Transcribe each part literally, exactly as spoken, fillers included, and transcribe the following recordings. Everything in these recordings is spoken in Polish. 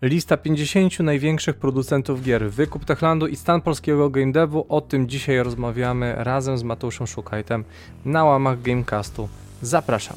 Lista pięćdziesięciu największych producentów gier, wykup Techlandu i stan polskiego game devu. O tym dzisiaj rozmawiamy razem z Mateuszem Szukajtem na łamach Gamecastu. Zapraszam.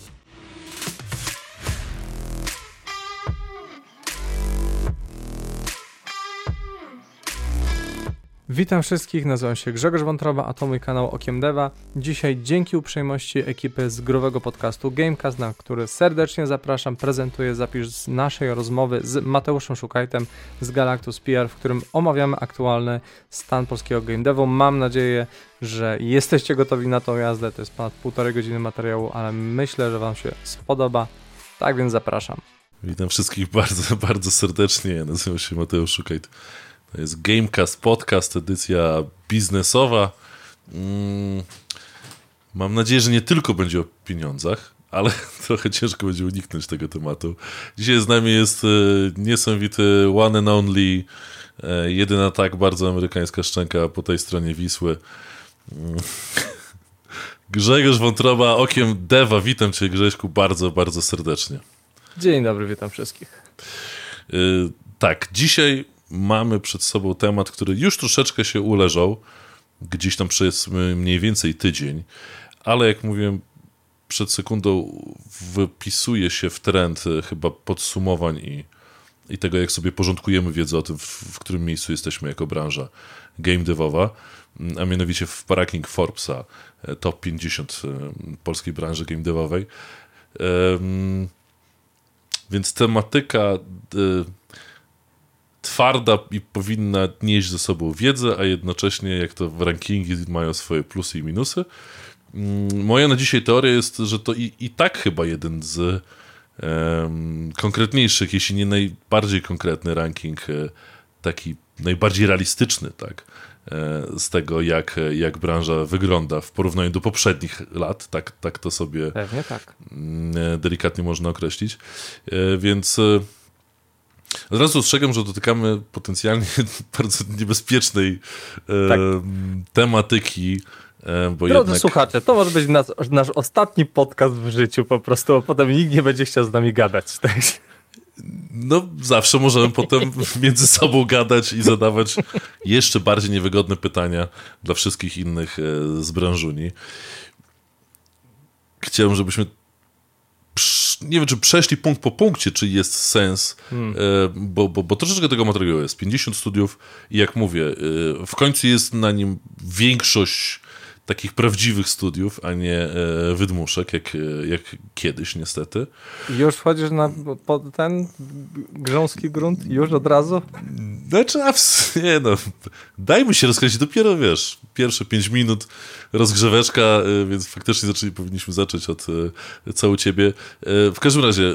Witam wszystkich, nazywam się Grzegorz Wątroba, a to mój kanał Okiem Deva. Dzisiaj dzięki uprzejmości ekipy z growego podcastu Gamecast, na który serdecznie zapraszam, prezentuję zapis z naszej rozmowy z Mateuszem Szukajtem z Galactus P R, w którym omawiamy aktualny stan polskiego game devu. Mam nadzieję, że jesteście gotowi na tą jazdę, to jest ponad półtorej godziny materiału, ale myślę, że wam się spodoba, tak więc zapraszam. Witam wszystkich bardzo, bardzo serdecznie, ja nazywam się Mateusz Szukajt. To jest Gamecast Podcast, edycja biznesowa. Mm, mam nadzieję, że nie tylko będzie o pieniądzach, ale trochę ciężko będzie uniknąć tego tematu. Dzisiaj z nami jest e, niesamowity one and only, e, jedyna tak bardzo amerykańska szczęka po tej stronie Wisły. Mm. Grzegorz Wątroba, Okiem Deva. Witam cię, Grześku, bardzo, bardzo serdecznie. Dzień dobry, witam wszystkich. E, tak, dzisiaj mamy przed sobą temat, który już troszeczkę się uleżał, gdzieś tam przez mniej więcej tydzień, ale jak mówiłem przed sekundą, wypisuje się w trend chyba podsumowań i, i tego, jak sobie porządkujemy wiedzę o tym, w, w którym miejscu jesteśmy jako branża game devowa, a mianowicie w ranking Forbesa top pięćdziesiąt polskiej branży game devowej. Um, więc tematyka y, twarda i powinna nieść ze sobą wiedzę, a jednocześnie, jak to w rankingi mają swoje plusy i minusy. Moja na dzisiaj teoria jest, że to i, i tak chyba jeden z um, konkretniejszych, jeśli nie najbardziej konkretny ranking, taki najbardziej realistyczny, tak, z tego, jak, jak branża wygląda w porównaniu do poprzednich lat, tak, tak to sobie Pewnie tak. delikatnie można określić. Więc od razu ostrzegam, że dotykamy potencjalnie bardzo niebezpiecznej tak. e, tematyki. E, bo Drodzy jednak... słuchacze, to może być nasz, nasz ostatni podcast w życiu po prostu, a potem nikt nie będzie chciał z nami gadać. Tak? No zawsze możemy potem między sobą gadać i zadawać jeszcze bardziej niewygodne pytania dla wszystkich innych e, z branżuni. Chciałem, żebyśmy nie wiem, czy przeszli punkt po punkcie, czy jest sens, hmm. bo, bo, bo troszeczkę tego materiału jest. pięćdziesiąt studiów i jak mówię, w końcu jest na nim większość takich prawdziwych studiów, a nie wydmuszek, jak, jak kiedyś niestety. Już wchodzisz na ten grząski grunt? Już od razu? Znaczy, nie no, dajmy się rozkręcić, dopiero wiesz, pierwsze pięć minut rozgrzeweczka, więc faktycznie zaczęli, powinniśmy zacząć od co u ciebie. W każdym razie,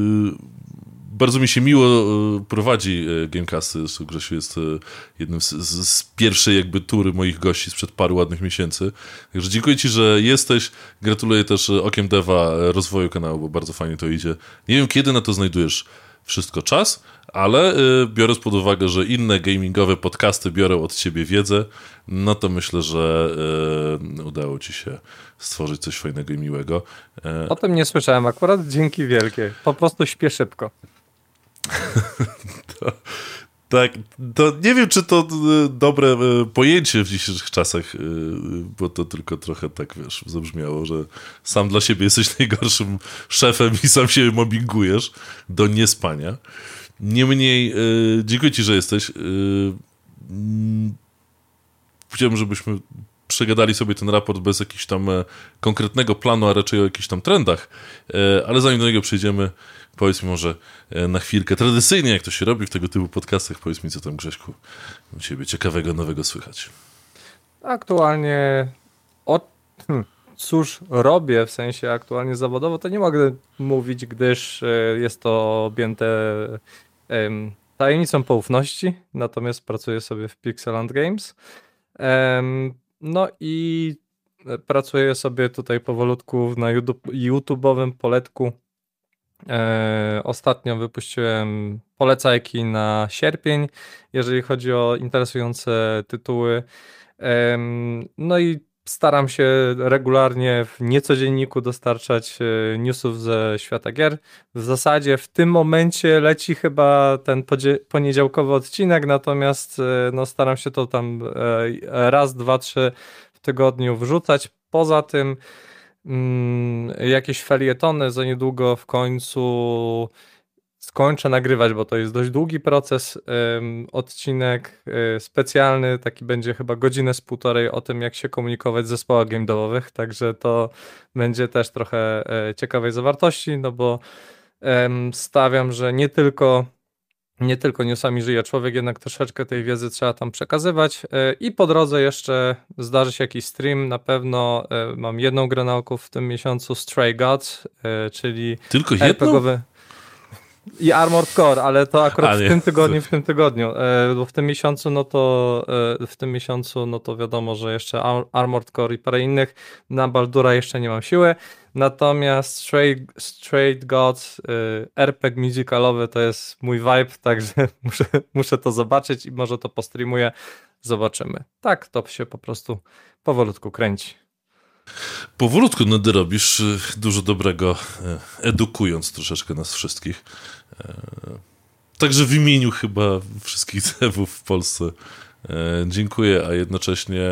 bardzo mi się miło prowadzi Gamecasty, Grzesiu jest jednym z, z, z pierwszej jakby tury moich gości sprzed paru ładnych miesięcy. Także dziękuję ci, że jesteś. Gratuluję też Okiem Deva rozwoju kanału, bo bardzo fajnie to idzie. Nie wiem, kiedy na to znajdujesz wszystko czas, ale y, biorąc pod uwagę, że inne gamingowe podcasty biorą od ciebie wiedzę, no to myślę, że y, udało ci się stworzyć coś fajnego i miłego. Y... O tym nie słyszałem akurat, dzięki wielkie. Po prostu śpię szybko. to, tak, to nie wiem, czy to dobre pojęcie w dzisiejszych czasach, bo to tylko trochę tak, wiesz, zabrzmiało, że sam dla siebie jesteś najgorszym szefem i sam się mobbingujesz do niespania. Niemniej, dziękuję ci, że jesteś. Chciałbym, żebyśmy przegadali sobie ten raport bez jakiegoś tam konkretnego planu, a raczej o jakichś tam trendach, ale zanim do niego przejdziemy, powiedz mi może na chwilkę, tradycyjnie jak to się robi w tego typu podcastach, powiedz mi, co tam, Grześku, u ciebie ciekawego, nowego słychać. Aktualnie o hmm, cóż robię, w sensie aktualnie zawodowo, to nie mogę mówić, gdyż jest to objęte um, tajemnicą poufności, natomiast pracuję sobie w Pixeland Games. Um, no i pracuję sobie tutaj powolutku na YouTube, YouTube'owym poletku. E, ostatnio wypuściłem polecajki na sierpień, jeżeli chodzi o interesujące tytuły. E, no i Staram się regularnie w niecodzienniku dostarczać newsów ze świata gier. W zasadzie w tym momencie leci chyba ten poniedziałkowy odcinek, natomiast no, staram się to tam raz, dwa, trzy w tygodniu wrzucać. Poza tym mm, jakieś felietony za niedługo w końcu skończę nagrywać, bo to jest dość długi proces. Ym, odcinek y, specjalny, taki będzie chyba godzinę z półtorej o tym, jak się komunikować w zespołach game devowych, także to będzie też trochę y, ciekawej zawartości, no bo ym, stawiam, że nie tylko nie tylko newsami żyje człowiek, jednak troszeczkę tej wiedzy trzeba tam przekazywać. Y, I po drodze jeszcze zdarzy się jakiś stream, na pewno y, mam jedną grę na oku w tym miesiącu, Stray Gods, y, czyli Tylko er pe gie owy. jedno? I Armored Core, ale to akurat A, w nie. tym tygodniu, w tym tygodniu, e, bo w tym miesiącu, no to e, w tym miesiącu, no to wiadomo, że jeszcze Ar- Armored Core i parę innych, na Baldura jeszcze nie mam siły, natomiast Straight, Straight Gods, e, er pe gie musicalowy to jest mój vibe, także muszę, muszę to zobaczyć i może to postreamuję, zobaczymy. Tak, to się po prostu powolutku kręci. Powolutku no, robisz dużo dobrego, edukując troszeczkę nas wszystkich. Także w imieniu chyba wszystkich devów w Polsce dziękuję, a jednocześnie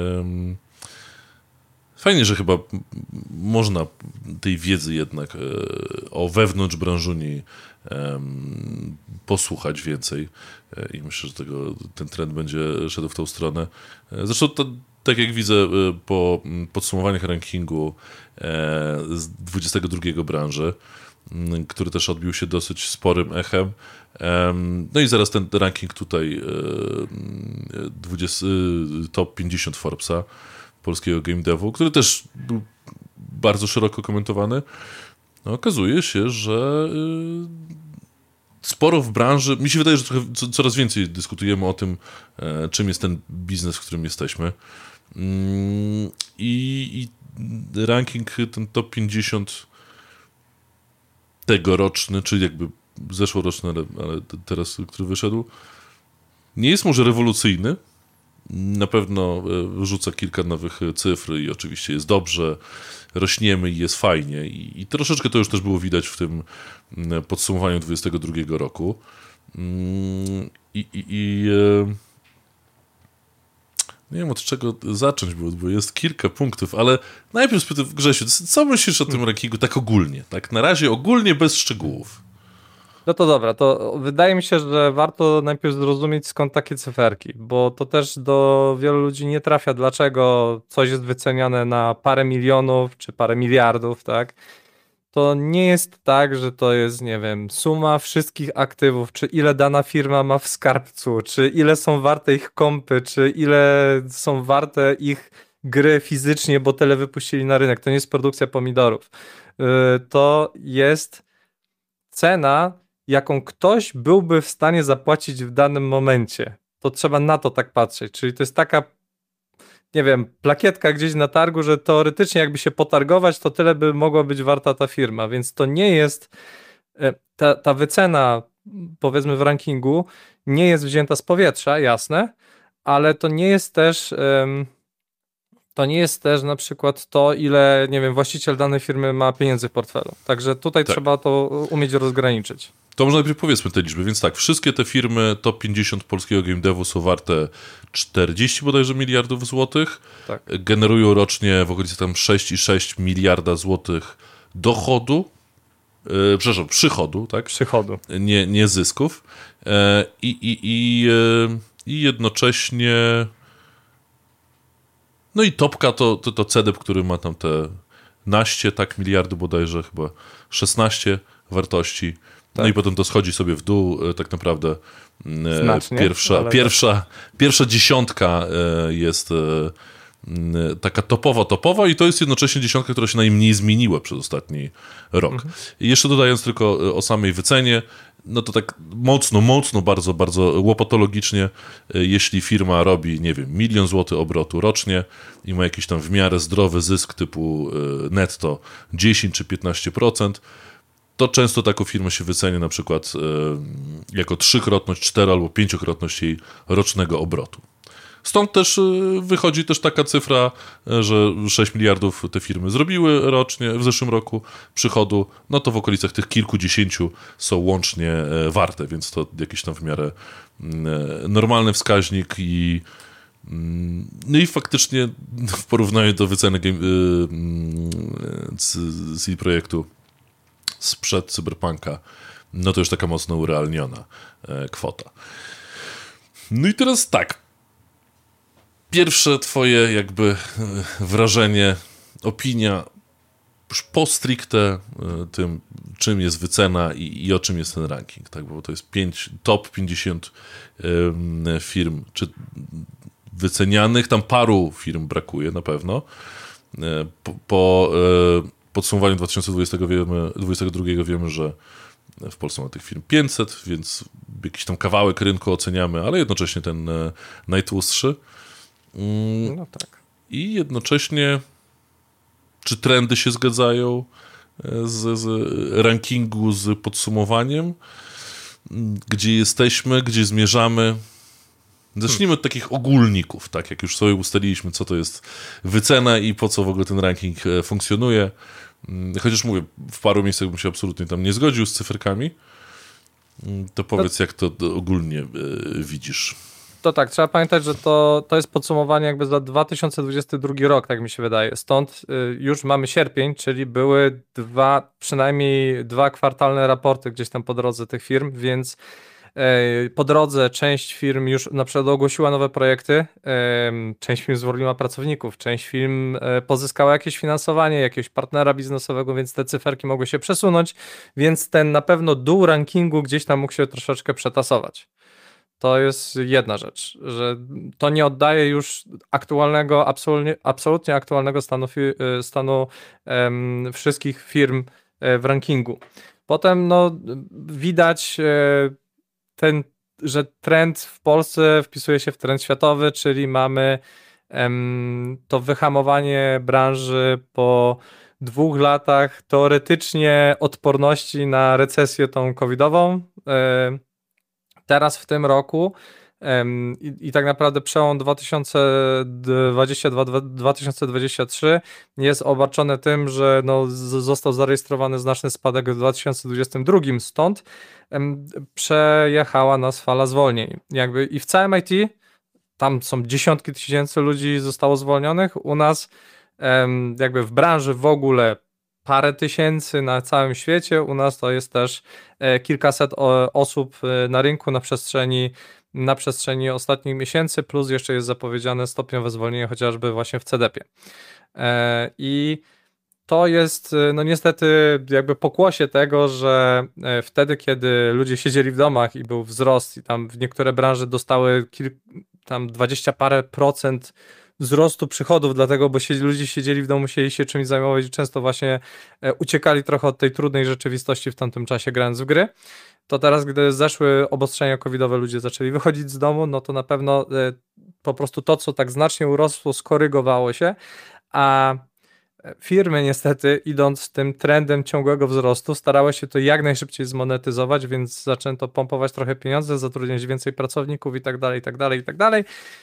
fajnie, że chyba można tej wiedzy jednak o wewnątrz branżuni posłuchać więcej i myślę, że tego, ten trend będzie szedł w tą stronę. Zresztą to tak jak widzę po podsumowaniach rankingu z dwudziestego drugiego branży, który też odbił się dosyć sporym echem. No i zaraz ten ranking tutaj dwudziesty, top pięćdziesiąt Forbesa, polskiego game devu, który też był bardzo szeroko komentowany. No, okazuje się, że sporo w branży, mi się wydaje, że trochę, coraz więcej dyskutujemy o tym, czym jest ten biznes, w którym jesteśmy. I, i ranking, ten top pięćdziesiąt tegoroczny, czyli jakby zeszłoroczny, ale, ale teraz, który wyszedł, nie jest może rewolucyjny. Na pewno rzuca kilka nowych cyfr i oczywiście jest dobrze, rośniemy i jest fajnie. I, i troszeczkę to już też było widać w tym podsumowaniu dwudziestego drugiego roku. I, i, i nie wiem, od czego zacząć, bo, bo jest kilka punktów, ale najpierw spytam, Grzesiu, co myślisz o tym rankingu tak ogólnie? Tak na razie ogólnie, bez szczegółów. No to dobra, to wydaje mi się, że warto najpierw zrozumieć, skąd takie cyferki, bo to też do wielu ludzi nie trafia, dlaczego coś jest wyceniane na parę milionów czy parę miliardów, tak? To nie jest tak, że to jest, nie wiem, suma wszystkich aktywów, czy ile dana firma ma w skarbcu, czy ile są warte ich kompy, czy ile są warte ich gry fizycznie, bo tyle wypuścili na rynek. To nie jest produkcja pomidorów. Yy, to jest cena, jaką ktoś byłby w stanie zapłacić w danym momencie. To trzeba na to tak patrzeć. Czyli to jest taka, nie wiem, plakietka gdzieś na targu, że teoretycznie jakby się potargować, to tyle by mogła być warta ta firma, więc to nie jest, ta, ta wycena, powiedzmy w rankingu, nie jest wzięta z powietrza, jasne, ale to nie jest też, to nie jest też na przykład to, ile, nie wiem, właściciel danej firmy ma pieniędzy w portfelu. Także tutaj tak. Trzeba to umieć rozgraniczyć. To może najpierw powiedzmy te liczby, więc tak, wszystkie te firmy top pięćdziesiąt polskiego game devu są warte czterdzieści bodajże miliardów złotych, tak. Generują rocznie w okolicy tam sześć przecinek sześć miliarda złotych dochodu, e, przepraszam, przychodu, tak? Przychodu. Nie, nie zysków. E, i, i, i, e, I jednocześnie no i topka to, to, to C D P, który ma tam te naście, tak, miliardy bodajże, chyba szesnaście wartości. Tak. No i potem to schodzi sobie w dół, tak naprawdę Znacznie, pierwsza, pierwsza, tak. pierwsza dziesiątka jest taka topowa, topowa i to jest jednocześnie dziesiątka, która się najmniej zmieniła przez ostatni rok. Mhm. I jeszcze dodając tylko o samej wycenie, no to tak mocno, mocno, bardzo, bardzo łopatologicznie, jeśli firma robi, nie wiem, milion złotych obrotu rocznie i ma jakiś tam w miarę zdrowy zysk typu netto dziesięć czy piętnaście procent, to często taką firmę się wycenia na przykład e, jako trzykrotność, cztero albo pięciokrotność jej rocznego obrotu. Stąd też wychodzi też taka cyfra, że sześć miliardów te firmy zrobiły rocznie, w zeszłym roku przychodu, no to w okolicach tych kilkudziesięciu są łącznie warte, więc to jakiś tam w miarę normalny wskaźnik i no i faktycznie w porównaniu do wyceny game, z C D Projektu sprzed Cyberpunka, no to już taka mocno urealniona kwota. No i teraz tak. Pierwsze twoje jakby wrażenie, opinia już po stricte tym, czym jest wycena i, i o czym jest ten ranking, tak? Bo to jest pięć, top pięćdziesiąt firm, czy wycenianych, tam paru firm brakuje na pewno. Po, po podsumowaniu dwa tysiące dwudziestego wiemy, dwudziestego drugiego wiemy, że w Polsce ma tych firm pięćset, więc jakiś tam kawałek rynku oceniamy, ale jednocześnie ten najtłustszy. No tak. I jednocześnie czy trendy się zgadzają z, z rankingu, z podsumowaniem? Gdzie jesteśmy, gdzie zmierzamy? Zacznijmy od takich ogólników, tak jak już sobie ustaliliśmy, co to jest wycena i po co w ogóle ten ranking funkcjonuje. Chociaż mówię, w paru miejscach bym się absolutnie tam nie zgodził z cyferkami. To powiedz, jak to ogólnie widzisz. To tak, trzeba pamiętać, że to, to jest podsumowanie jakby za dwa tysiące dwudziesty drugi rok, tak mi się wydaje. Stąd y, już mamy sierpień, czyli były dwa, przynajmniej dwa kwartalne raporty gdzieś tam po drodze tych firm, więc y, po drodze część firm już na przykład ogłosiła nowe projekty, y, część firm zwolniła pracowników, część firm y, pozyskała jakieś finansowanie, jakiegoś partnera biznesowego, więc te cyferki mogły się przesunąć, więc ten na pewno dół rankingu gdzieś tam mógł się troszeczkę przetasować. To jest jedna rzecz, że to nie oddaje już aktualnego, absolutnie, absolutnie aktualnego stanu, stanu um, wszystkich firm w rankingu. Potem no, widać ten, że trend w Polsce wpisuje się w trend światowy, czyli mamy um, to wyhamowanie branży po dwóch latach teoretycznie odporności na recesję tą covidową. Um, Teraz w tym roku um, i, i tak naprawdę przełom dwa tysiące dwudziesty drugi do dwa tysiące dwudziestego trzeciego jest obarczony tym, że no, z, został zarejestrowany znaczny spadek w dwa tysiące dwudziestym drugim, stąd um, przejechała nas fala zwolnień. Jakby i w całym I T tam są dziesiątki tysięcy ludzi zostało zwolnionych, u nas um, jakby w branży w ogóle parę tysięcy na całym świecie, u nas to jest też e, kilkaset o, osób e, na rynku na przestrzeni, na przestrzeni ostatnich miesięcy, plus jeszcze jest zapowiedziane stopniowe zwolnienie chociażby właśnie w C D P-ie. E, I to jest no niestety jakby pokłosie tego, że e, wtedy, kiedy ludzie siedzieli w domach i był wzrost i tam w niektóre branże dostały kil, tam dwadzieścia parę procent wzrostu przychodów, dlatego, bo siedzi, ludzie siedzieli w domu, musieli się czymś zajmować i często właśnie e, uciekali trochę od tej trudnej rzeczywistości w tamtym czasie grając w gry, to teraz, gdy zeszły obostrzenia covidowe, ludzie zaczęli wychodzić z domu, no to na pewno e, po prostu to, co tak znacznie urosło, skorygowało się, a firmy niestety, idąc tym trendem ciągłego wzrostu, starały się to jak najszybciej zmonetyzować, więc zaczęto pompować trochę pieniądze, zatrudniać więcej pracowników i tak dalej, i tak dalej, i tak dalej.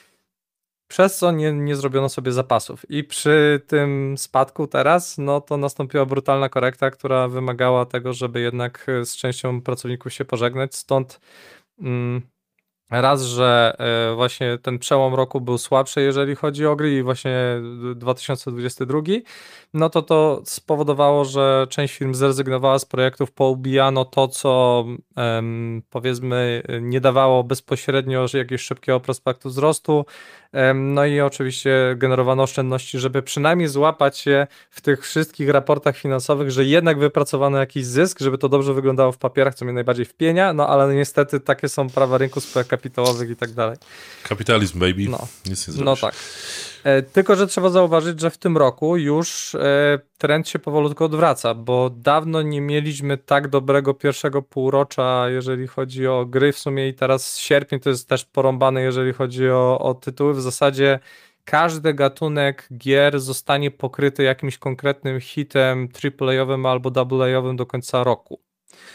Przez co nie, nie zrobiono sobie zapasów. I przy tym spadku teraz, no to nastąpiła brutalna korekta, która wymagała tego, żeby jednak z częścią pracowników się pożegnać. Stąd mm, raz, że y, właśnie ten przełom roku był słabszy, jeżeli chodzi o gry i właśnie dwa tysiące dwudziesty drugi, no to to spowodowało, że część firm zrezygnowała z projektów, poubijano to, co um, powiedzmy nie dawało bezpośrednio jakiegoś szybkiego prospektu wzrostu, um, no i oczywiście generowano oszczędności, żeby przynajmniej złapać się w tych wszystkich raportach finansowych, że jednak wypracowano jakiś zysk, żeby to dobrze wyglądało w papierach, co mnie najbardziej wpienia, no ale niestety takie są prawa rynku spółek kapitałowych i tak dalej. Kapitalizm, baby. No. Nic nie zrobisz. No tak. E, tylko, że trzeba zauważyć, że w tym roku już e, trend się powolutku odwraca, bo dawno nie mieliśmy tak dobrego pierwszego półrocza, jeżeli chodzi o gry w sumie i teraz sierpień to jest też porąbane, jeżeli chodzi o, o tytuły. W zasadzie każdy gatunek gier zostanie pokryty jakimś konkretnym hitem triple A-owym albo double A-owym do końca roku.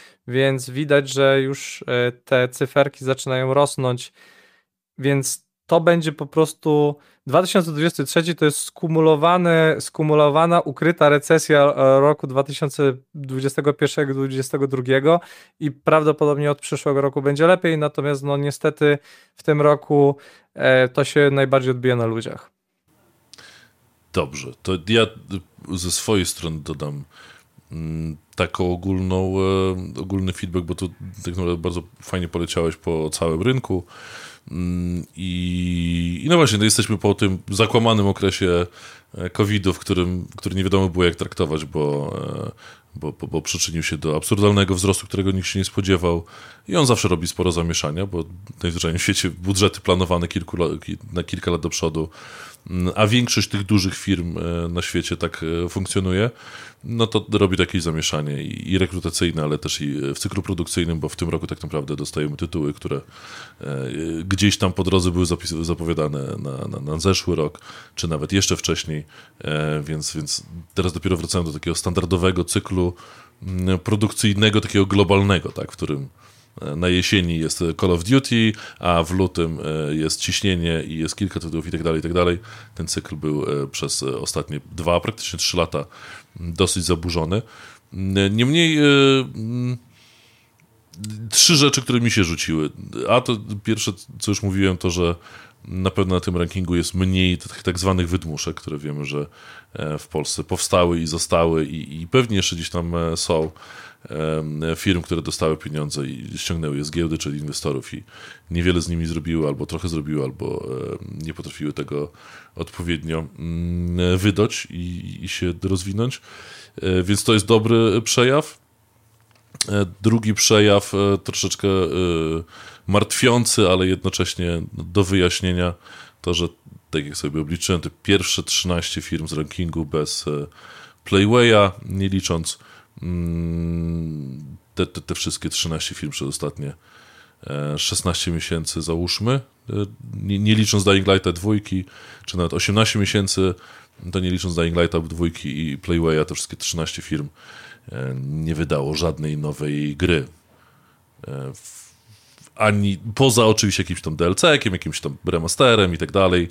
Więc widać, że już e, te cyferki zaczynają rosnąć, więc to będzie po prostu dwa tysiące dwudziesty trzeci to jest skumulowany, skumulowana, ukryta recesja roku dwa tysiące dwudziestego pierwszego do dwa tysiące dwudziestego drugiego i prawdopodobnie od przyszłego roku będzie lepiej, natomiast no niestety w tym roku e, to się najbardziej odbija na ludziach. Dobrze, to ja ze swojej strony dodam mm, taką ogólną, e, ogólny feedback, bo tu tak naprawdę bardzo fajnie poleciałeś po całym rynku. I, I no właśnie, no jesteśmy po tym zakłamanym okresie kowida, w którym, który nie wiadomo było jak traktować, bo, bo, bo, bo przyczynił się do absurdalnego wzrostu, którego nikt się nie spodziewał i on zawsze robi sporo zamieszania, bo najzwyczajniej w świecie budżety planowane kilku, na kilka lat do przodu, a większość tych dużych firm na świecie tak funkcjonuje, no to robi takie zamieszanie i rekrutacyjne, ale też i w cyklu produkcyjnym, bo w tym roku tak naprawdę dostajemy tytuły, które gdzieś tam po drodze były zapis- zapowiadane na, na, na zeszły rok, czy nawet jeszcze wcześniej, więc, więc teraz dopiero wracamy do takiego standardowego cyklu produkcyjnego, takiego globalnego, tak, w którym na jesieni jest Call of Duty, a w lutym jest Ciśnienie i jest kilka tytułów i tak dalej, i tak dalej. Ten cykl był przez ostatnie dwa, praktycznie trzy lata dosyć zaburzony. Niemniej trzy rzeczy, które mi się rzuciły. A to pierwsze, co już mówiłem, to, że na pewno na tym rankingu jest mniej tych tak zwanych wydmuszek, które wiemy, że w Polsce powstały i zostały i, i pewnie jeszcze gdzieś tam są firm, które dostały pieniądze i ściągnęły je z giełdy, czyli inwestorów i niewiele z nimi zrobiły, albo trochę zrobiły, albo nie potrafiły tego odpowiednio wydać i, i się rozwinąć. Więc to jest dobry przejaw. Drugi przejaw, troszeczkę martwiący, ale jednocześnie do wyjaśnienia, to, że tak jak sobie obliczyłem, te pierwsze trzynaście firm z rankingu bez Playwaya, nie licząc te, te, te wszystkie trzynaście firm przez ostatnie szesnaście miesięcy, załóżmy, nie, nie licząc Dying Lighta dwójki, czy nawet osiemnaście miesięcy, to nie licząc Dying Lighta dwójki i Playwaya, to wszystkie trzynaście firm nie wydało żadnej nowej gry. Ani poza oczywiście jakimś tam D L C-kiem, jakimś tam remasterem i tak dalej.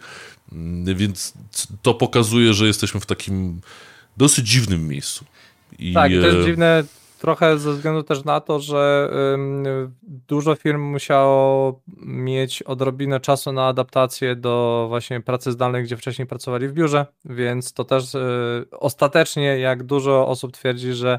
Więc to pokazuje, że jesteśmy w takim dosyć dziwnym miejscu. I tak, i to jest dziwne trochę ze względu też na to, że ym, dużo firm musiało mieć odrobinę czasu na adaptację do właśnie pracy zdalnej, gdzie wcześniej pracowali w biurze, więc to też y, ostatecznie, jak dużo osób twierdzi, że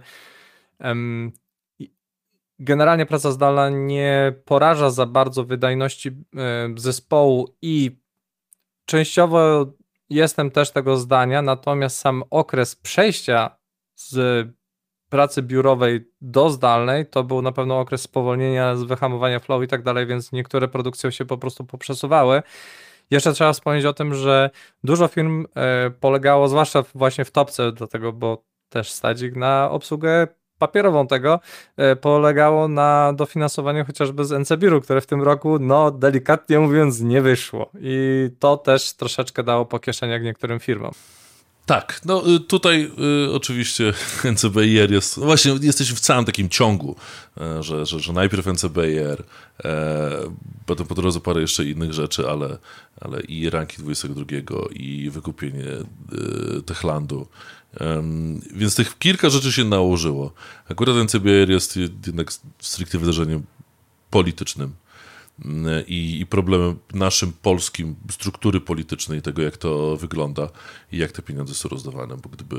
ym, generalnie praca zdalna nie poraża za bardzo wydajności y, zespołu i częściowo jestem też tego zdania, natomiast sam okres przejścia z pracy biurowej do zdalnej to był na pewno okres spowolnienia, wyhamowania flow i tak dalej, więc niektóre produkcje się po prostu poprzesuwały. Jeszcze trzeba wspomnieć o tym, że dużo firm y, polegało, zwłaszcza właśnie w topce, dlatego, bo też stadzik na obsługę papierową tego, y, polegało na dofinansowaniu chociażby z N C Biuru, które w tym roku, no delikatnie mówiąc, nie wyszło. I to też troszeczkę dało po kieszeniach niektórym firmom. Tak, no tutaj y, oczywiście N C B I R jest, no właśnie jesteśmy w całym takim ciągu, e, że, że, że najpierw N C B I R, e, potem po drodze parę jeszcze innych rzeczy, ale, ale i ranking dwudziestego drugiego i wykupienie y, Techlandu, e, więc tych kilka rzeczy się nałożyło. Akurat N C B I R jest jednak stricte wydarzeniem politycznym. I, i problemem naszym polskim struktury politycznej, tego jak to wygląda i jak te pieniądze są rozdawane, bo gdyby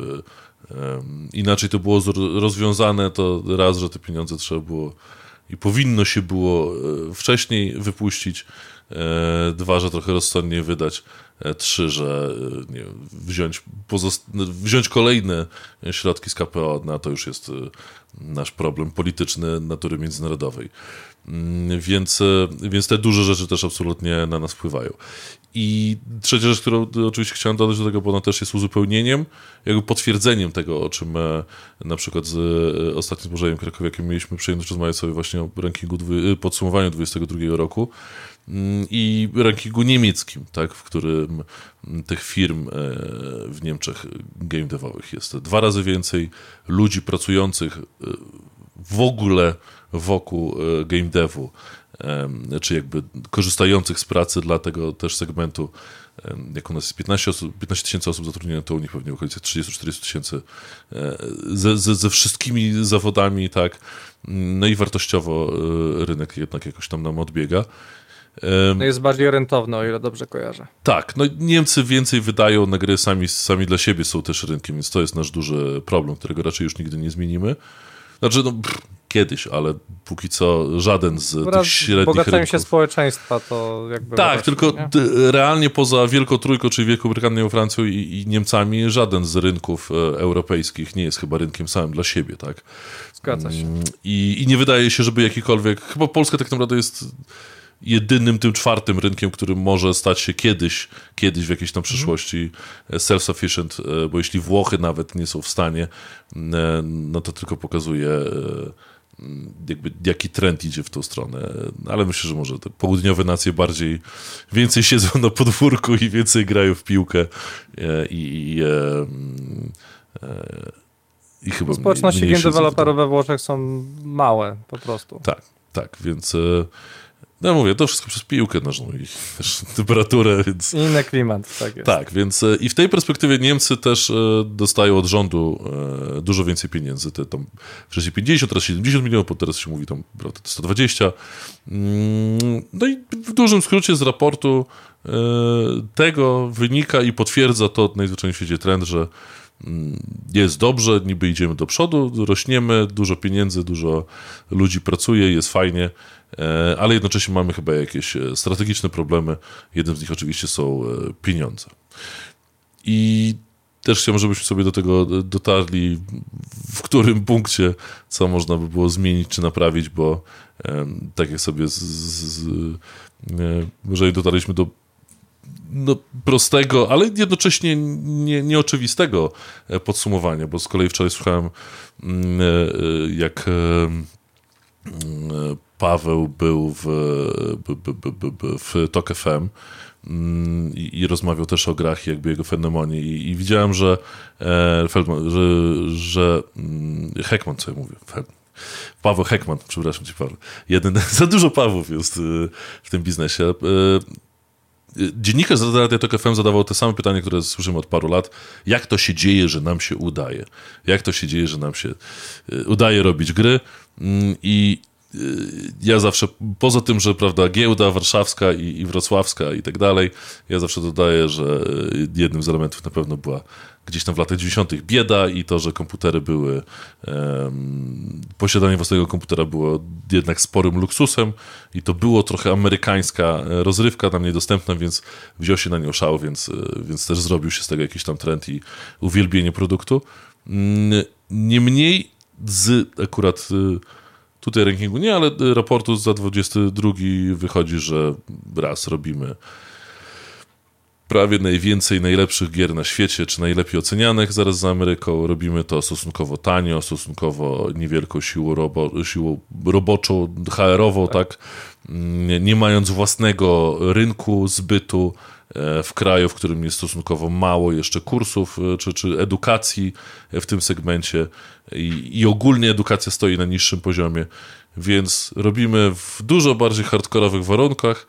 um, inaczej to było rozwiązane, to raz, że te pieniądze trzeba było i powinno się było wcześniej wypuścić, e, dwa, że trochę rozsądnie wydać, e, trzy, że nie wiem, wziąć, pozost- wziąć kolejne środki z K P O, no to już jest nasz problem polityczny natury międzynarodowej. Więc, więc te duże rzeczy też absolutnie na nas wpływają. I trzecia rzecz, którą oczywiście chciałem dodać do tego, bo ona też jest uzupełnieniem, jakby potwierdzeniem tego, o czym na przykład z ostatnim zburzeniem krakowiakiem mieliśmy przyjemność rozmawiać sobie właśnie o rankingu, podsumowaniu dwudziestego drugiego roku i rankingu niemieckim, tak, w którym tych firm w Niemczech game devowych jest dwa razy więcej, ludzi pracujących w ogóle wokół game devu czy jakby korzystających z pracy dla tego też segmentu. Jak u nas jest piętnaście osób, piętnaście tysięcy osób zatrudnionych, to u nich pewnie w okolicy trzydzieści do czterdziestu tysięcy ze, ze, ze wszystkimi zawodami, tak. No i wartościowo rynek jednak jakoś tam nam odbiega. No jest bardziej rentowny, o ile dobrze kojarzę. Tak, no Niemcy więcej wydają na gry, sami, sami dla siebie są też rynkiem, więc to jest nasz duży problem, którego raczej już nigdy nie zmienimy. Znaczy, no pff, kiedyś, ale póki co żaden z Wraz tych średnich bogaceniem rynków. się społeczeństwa to jakby... Tak, właśnie, tylko nie? d- realnie poza Wielką Trójką, czyli Wielką Brytanią, Francją i, i Niemcami, żaden z rynków e, europejskich nie jest chyba rynkiem samym dla siebie, tak? Zgadza się. I, I nie wydaje się, żeby jakikolwiek... Chyba Polska tak naprawdę jest jedynym tym czwartym rynkiem, który może stać się kiedyś, kiedyś w jakiejś tam przyszłości self-sufficient, bo jeśli Włochy nawet nie są w stanie, no to tylko pokazuje jakby jaki trend idzie w tą stronę, ale myślę, że może te południowe nacje bardziej, więcej siedzą na podwórku i więcej grają w piłkę i, i, i, i chyba społeczności mniej game siedzą w deweloperów we Włoszech są małe po prostu. Tak, tak, więc no mówię, to wszystko przez piłkę nożną i też temperaturę, więc... Inny klimat, tak jest. Tak, więc i w tej perspektywie Niemcy też dostają od rządu dużo więcej pieniędzy. Te tam wcześniej pięćdziesiąt, teraz siedemdziesiąt milionów, bo teraz się mówi tam sto dwadzieścia. No i w dużym skrócie z raportu tego wynika i potwierdza to najzwyczajniej w świecie trend, że jest dobrze, niby idziemy do przodu, rośniemy, dużo pieniędzy, dużo ludzi pracuje, jest fajnie, ale jednocześnie mamy chyba jakieś strategiczne problemy. Jednym z nich oczywiście są pieniądze. I też chciałbym, żebyśmy sobie do tego dotarli, w którym punkcie, co można by było zmienić czy naprawić, bo tak jak sobie z, z, z, jeżeli dotarliśmy do no, prostego, ale jednocześnie nie, nieoczywistego podsumowania, bo z kolei wczoraj słuchałem, jak Paweł był w, w Tok F M i, i rozmawiał też o grach i jakby jego fenomenii i, i widziałem, że Feldman, że, że Heckman, co ja mówię, Feldman. Paweł Heckman, przepraszam cię, Paweł. Jeden, za dużo Pawłów jest w tym biznesie. Dziennikarz z Radia Tok F M zadawał te same pytanie, które słyszymy od paru lat. Jak to się dzieje, że nam się udaje? Jak to się dzieje, że nam się udaje robić gry? I ja zawsze, poza tym, że prawda, giełda warszawska i, i wrocławska i tak dalej, ja zawsze dodaję, że jednym z elementów na pewno była gdzieś tam w latach dziewięćdziesiątych bieda i to, że komputery były, um, posiadanie własnego komputera było jednak sporym luksusem i to było trochę amerykańska rozrywka nam niedostępna, więc wziął się na nią szał, więc, więc też zrobił się z tego jakiś tam trend i uwielbienie produktu. Niemniej z akurat tutaj rankingu nie, ale raportu za dwudziesty drugi wychodzi, że raz robimy prawie najwięcej najlepszych gier na świecie, czy najlepiej ocenianych zaraz za Ameryką. Robimy to stosunkowo tanio, stosunkowo niewielką siłą, robo, siłą roboczą, H R-ową, tak. tak? Nie, nie mając własnego rynku zbytu w kraju, w którym jest stosunkowo mało jeszcze kursów czy, czy edukacji w tym segmencie i, i ogólnie edukacja stoi na niższym poziomie, więc robimy w dużo bardziej hardkorowych warunkach,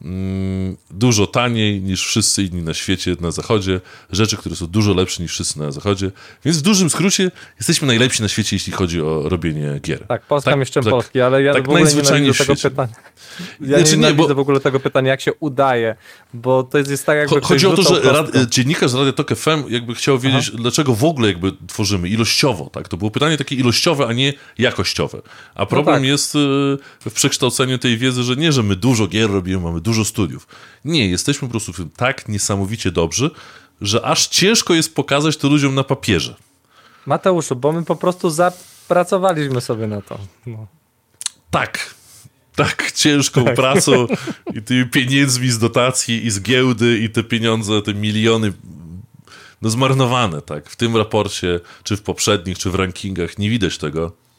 dużo taniej niż wszyscy inni na świecie, na zachodzie, rzeczy, które są dużo lepsze niż wszyscy na zachodzie, więc w dużym skrócie jesteśmy najlepsi na świecie, jeśli chodzi o robienie gier. Tak, Polska tak, mistrzem tak, Polski, ale ja tak w ogóle najzwyczajniej nienawidzę w tego świecie. pytania. Ja Znaczy, nie, nie, bo- w ogóle tego pytania, jak się udaje, bo to jest, jest tak jakby... Cho- Chodzi o to, ktoś że rzucał rad, kostką. dziennikarz z Radia Tok F M jakby chciał wiedzieć, Aha. dlaczego w ogóle jakby tworzymy ilościowo, tak? To było pytanie takie ilościowe, a nie jakościowe. A problem tak. jest y, w przekształceniu tej wiedzy, że nie, że my dużo gier robimy, mamy dużo studiów. Nie, jesteśmy po prostu w tym tak niesamowicie dobrzy, że aż ciężko jest pokazać to ludziom na papierze. Mateuszu, bo my po prostu zapracowaliśmy sobie na to. No. Tak. Tak ciężką Tak. pracą i tymi pieniędzmi z dotacji i z giełdy i te pieniądze, te miliony no zmarnowane, tak. W tym raporcie, czy w poprzednich, czy w rankingach nie widać tego,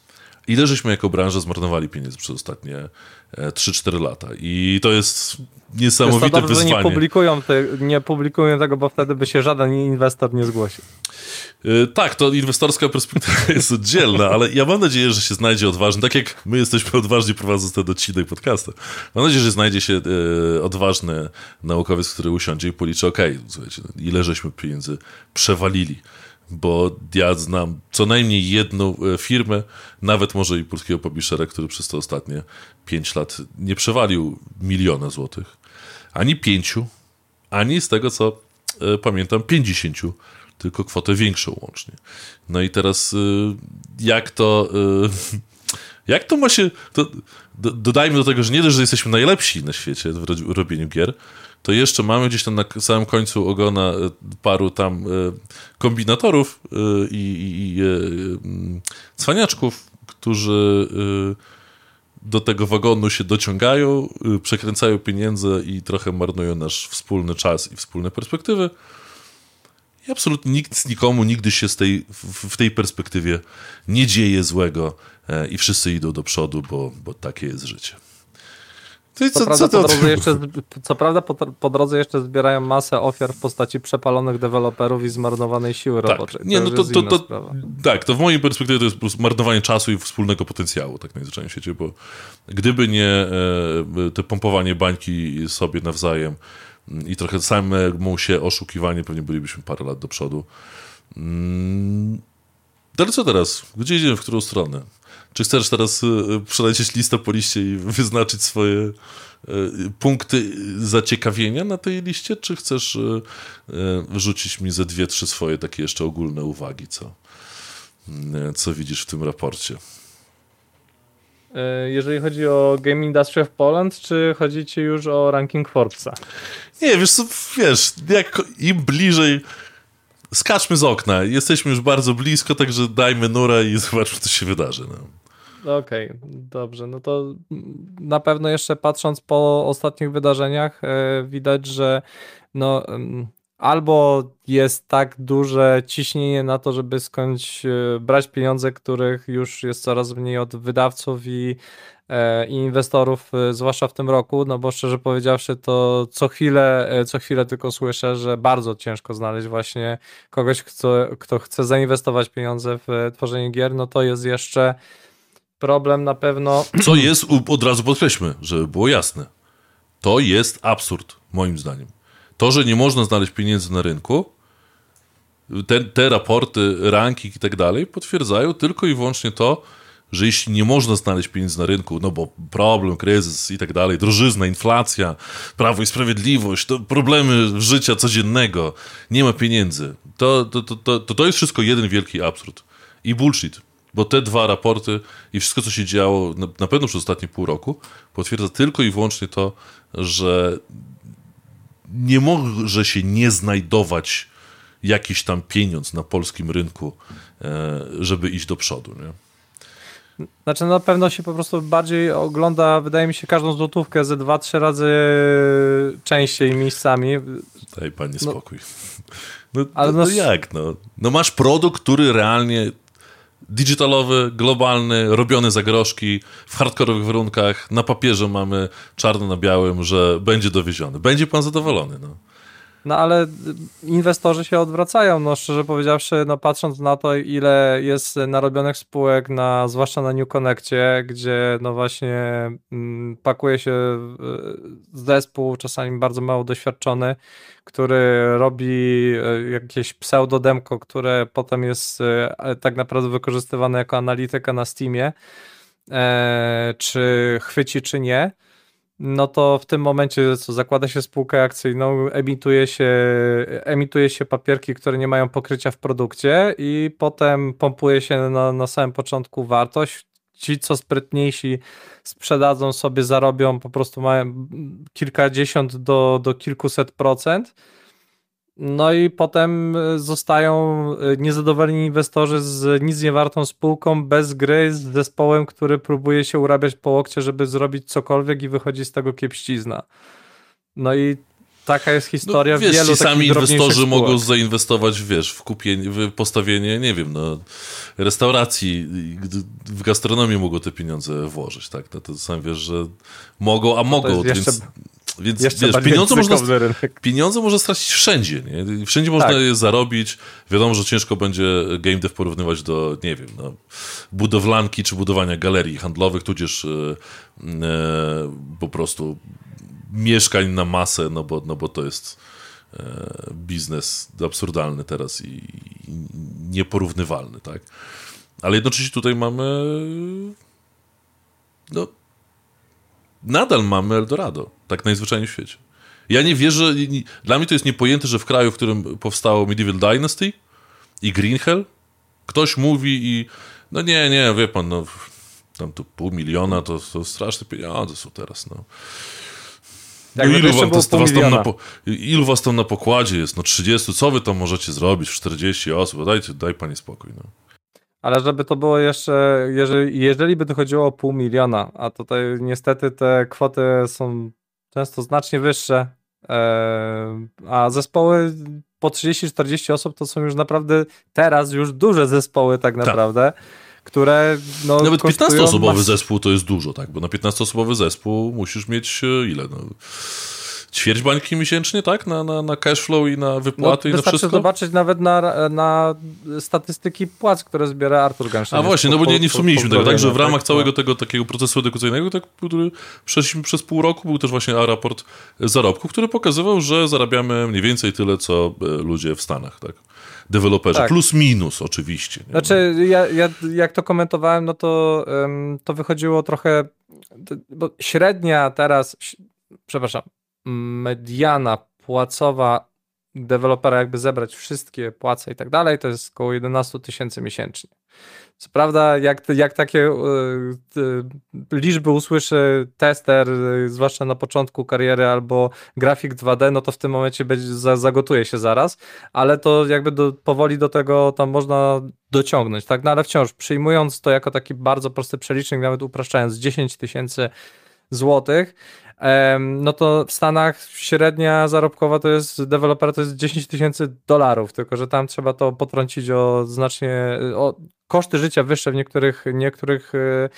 ile żeśmy jako branża zmarnowali pieniędzy przez ostatnie trzy cztery lata. I to jest niesamowite jest to dobrze, wyzwanie. Nie publikują, te, nie publikują tego, bo wtedy by się żaden inwestor nie zgłosił. Yy, tak, to inwestorska perspektywa jest oddzielna, ale ja mam nadzieję, że się znajdzie odważny, tak jak my jesteśmy odważni prowadząc ten odcinek podcastu. Mam nadzieję, że znajdzie się yy, odważny naukowiec, który usiądzie i policzy, okej, okay, słuchajcie, ile żeśmy pieniędzy przewalili. Bo ja znam co najmniej jedną firmę, nawet może i polskiego publishera, który przez te ostatnie pięć lat nie przewalił miliona złotych, ani pięciu, ani z tego, co y, pamiętam, pięćdziesięciu, tylko kwotę większą łącznie. No i teraz y, jak to... Y, jak to ma się... To, do, dodajmy do tego, że nie dość, że jesteśmy najlepsi na świecie w robieniu gier, to jeszcze mamy gdzieś tam na samym końcu ogona paru tam kombinatorów i, i, i cwaniaczków, którzy do tego wagonu się dociągają, przekręcają pieniądze i trochę marnują nasz wspólny czas i wspólne perspektywy. I absolutnie nikt nikomu nigdy się z tej, w tej perspektywie nie dzieje złego i wszyscy idą do przodu, bo, bo takie jest życie. Co, co, prawda, co, po drodze jeszcze, co prawda po, po drodze jeszcze zbierają masę ofiar w postaci przepalonych deweloperów i zmarnowanej siły tak. roboczej. To Nie, no to, to, to, to tak, to w mojej perspektywie to jest po prostu marnowanie czasu i wspólnego potencjału, tak najzwyczajniej w świecie, bo gdyby nie e, te pompowanie bańki sobie nawzajem i trochę samemu się oszukiwanie, pewnie bylibyśmy parę lat do przodu. Mm, ale co teraz? Gdzie idziemy, w którą stronę? Czy chcesz teraz y, przelecieć listę po liście i wyznaczyć swoje y, punkty zaciekawienia na tej liście, czy chcesz y, y, rzucić mi ze dwie, trzy swoje takie jeszcze ogólne uwagi, co, y, co widzisz w tym raporcie? Jeżeli chodzi o Game Industry of Poland, czy chodzi ci już o ranking Forbesa? Nie, wiesz co, wiesz, jak im bliżej... Skaczmy z okna. Jesteśmy już bardzo blisko, także dajmy nurę i zobaczmy, co się wydarzy. No. Okej, okay, dobrze. No to na pewno jeszcze patrząc po ostatnich wydarzeniach e, widać, że no, um, albo jest tak duże ciśnienie na to, żeby skądś e, brać pieniądze, których już jest coraz mniej od wydawców i i inwestorów, zwłaszcza w tym roku, no bo szczerze powiedziawszy, to co chwilę, co chwilę tylko słyszę, że bardzo ciężko znaleźć właśnie kogoś, kto, kto chce zainwestować pieniądze w tworzenie gier, no to jest jeszcze problem na pewno. Co jest, od razu podkreślmy, żeby było jasne, to jest absurd, moim zdaniem. To, że nie można znaleźć pieniędzy na rynku, te, te raporty, ranking i tak dalej potwierdzają tylko i wyłącznie to, że jeśli nie można znaleźć pieniędzy na rynku, no bo problem, kryzys i tak dalej, drożyzna, inflacja, Prawo i Sprawiedliwość, to problemy życia codziennego, nie ma pieniędzy, to to, to, to, to, to jest wszystko jeden wielki absurd i bullshit, bo te dwa raporty i wszystko, co się działo na, na pewno przez ostatnie pół roku, potwierdza tylko i wyłącznie to, że nie może się nie znajdować jakiś tam pieniądz na polskim rynku, żeby iść do przodu, nie? Znaczy na pewno się po prostu bardziej ogląda, wydaje mi się, każdą złotówkę ze dwa, trzy razy częściej miejscami. Daj panie spokój. No, no, ale no, no jak no? No masz produkt, który realnie digitalowy, globalny, robiony za groszki, w hardkorowych warunkach, na papierze mamy czarno na białym, że będzie dowieziony. Będzie pan zadowolony, no. No ale inwestorzy się odwracają, no szczerze powiedziawszy, no patrząc na to, ile jest narobionych spółek, na, zwłaszcza na New Connectie, gdzie no właśnie m, pakuje się zespół, czasami bardzo mało doświadczony, który robi jakieś pseudodemko, które potem jest tak naprawdę wykorzystywane jako analityka na Steamie, e, czy chwyci, czy nie. No to w tym momencie co, zakłada się spółkę akcyjną, emituje się, emituje się papierki, które nie mają pokrycia w produkcie i potem pompuje się na, na samym początku wartość. Ci, co sprytniejsi, sprzedadzą sobie, zarobią, po prostu mają kilkadziesiąt do, do kilkuset procent. No i potem zostają niezadowoleni inwestorzy z nic niewartą spółką, bez gry, z zespołem, który próbuje się urabiać po łokcie, żeby zrobić cokolwiek i wychodzi z tego kiepścizna. No i taka jest historia no, wiesz, wielu ci sami inwestorzy spółek. mogą zainwestować, wiesz, w kupienie, w postawienie, nie wiem, no, restauracji, w gastronomię mogą te pieniądze włożyć, tak? No, to sam wiesz, że mogą, a mogą, to jest więc... jeszcze... Więc Jeszcze wiesz, pieniądze, można, rynek. pieniądze można stracić wszędzie, nie? Wszędzie można tak. je zarobić. Wiadomo, że ciężko będzie game dev porównywać do, nie wiem, no, budowlanki czy budowania galerii handlowych, tudzież e, e, po prostu mieszkań na masę, no bo, no bo to jest e, biznes absurdalny teraz i, i nieporównywalny, tak? Ale jednocześnie tutaj mamy no nadal mamy Eldorado, tak najzwyczajniej w świecie. Ja nie wierzę, dla mnie to jest niepojęte, że w kraju, w którym powstało Medieval Dynasty i Green Hell, ktoś mówi i no nie, nie, wie pan, no tam to pół miliona, to, to straszne pieniądze są teraz, no. No ilu, wam to, was tam na po, ilu was tam na pokładzie jest? No trzydzieści, co wy tam możecie zrobić? czterdzieści osób, dajcie, daj pani spokój, no. Ale żeby to było jeszcze, jeżeli, jeżeli by to chodziło o pół miliona, a tutaj niestety te kwoty są często znacznie wyższe, e, a zespoły po trzydzieści czterdzieści osób to są już naprawdę teraz już duże zespoły tak naprawdę, tak. które no, nawet piętnastoosobowy mas... zespół to jest dużo, tak? Bo na piętnastoosobowy zespół musisz mieć ile? No, ćwierć bańki miesięcznie, tak? Na, na, na cashflow i na wypłaty no, i na wszystko? Wystarczy zobaczyć nawet na, na statystyki płac, które zbiera Artur Ganszyn. A właśnie, no bo nie, nie wspomnieliśmy tego, tak? Że w ramach tak, całego no. tego takiego procesu edukacyjnego, tak, który przeszliśmy przez pół roku, był też właśnie raport zarobków, który pokazywał, że zarabiamy mniej więcej tyle, co ludzie w Stanach, tak? Deweloperzy, tak. Plus minus oczywiście. Nie? Znaczy, ja, ja jak to komentowałem, no to, um, to wychodziło trochę, bo średnia teraz, przepraszam, mediana płacowa dewelopera, jakby zebrać wszystkie płace i tak dalej, to jest około jedenaście tysięcy miesięcznie. Co prawda, jak, jak takie y, y, liczby usłyszy tester, y, zwłaszcza na początku kariery, albo grafik dwa D, no to w tym momencie będzie, za, zagotuje się zaraz, ale to jakby do, powoli do tego tam można dociągnąć, tak? No ale wciąż, przyjmując to jako taki bardzo prosty przelicznik, nawet upraszczając dziesięć tysięcy złotych, no to w Stanach średnia zarobkowa to jest, dewelopera to jest dziesięć tysięcy dolarów, tylko że tam trzeba to potrącić o znacznie, o koszty życia wyższe w niektórych, niektórych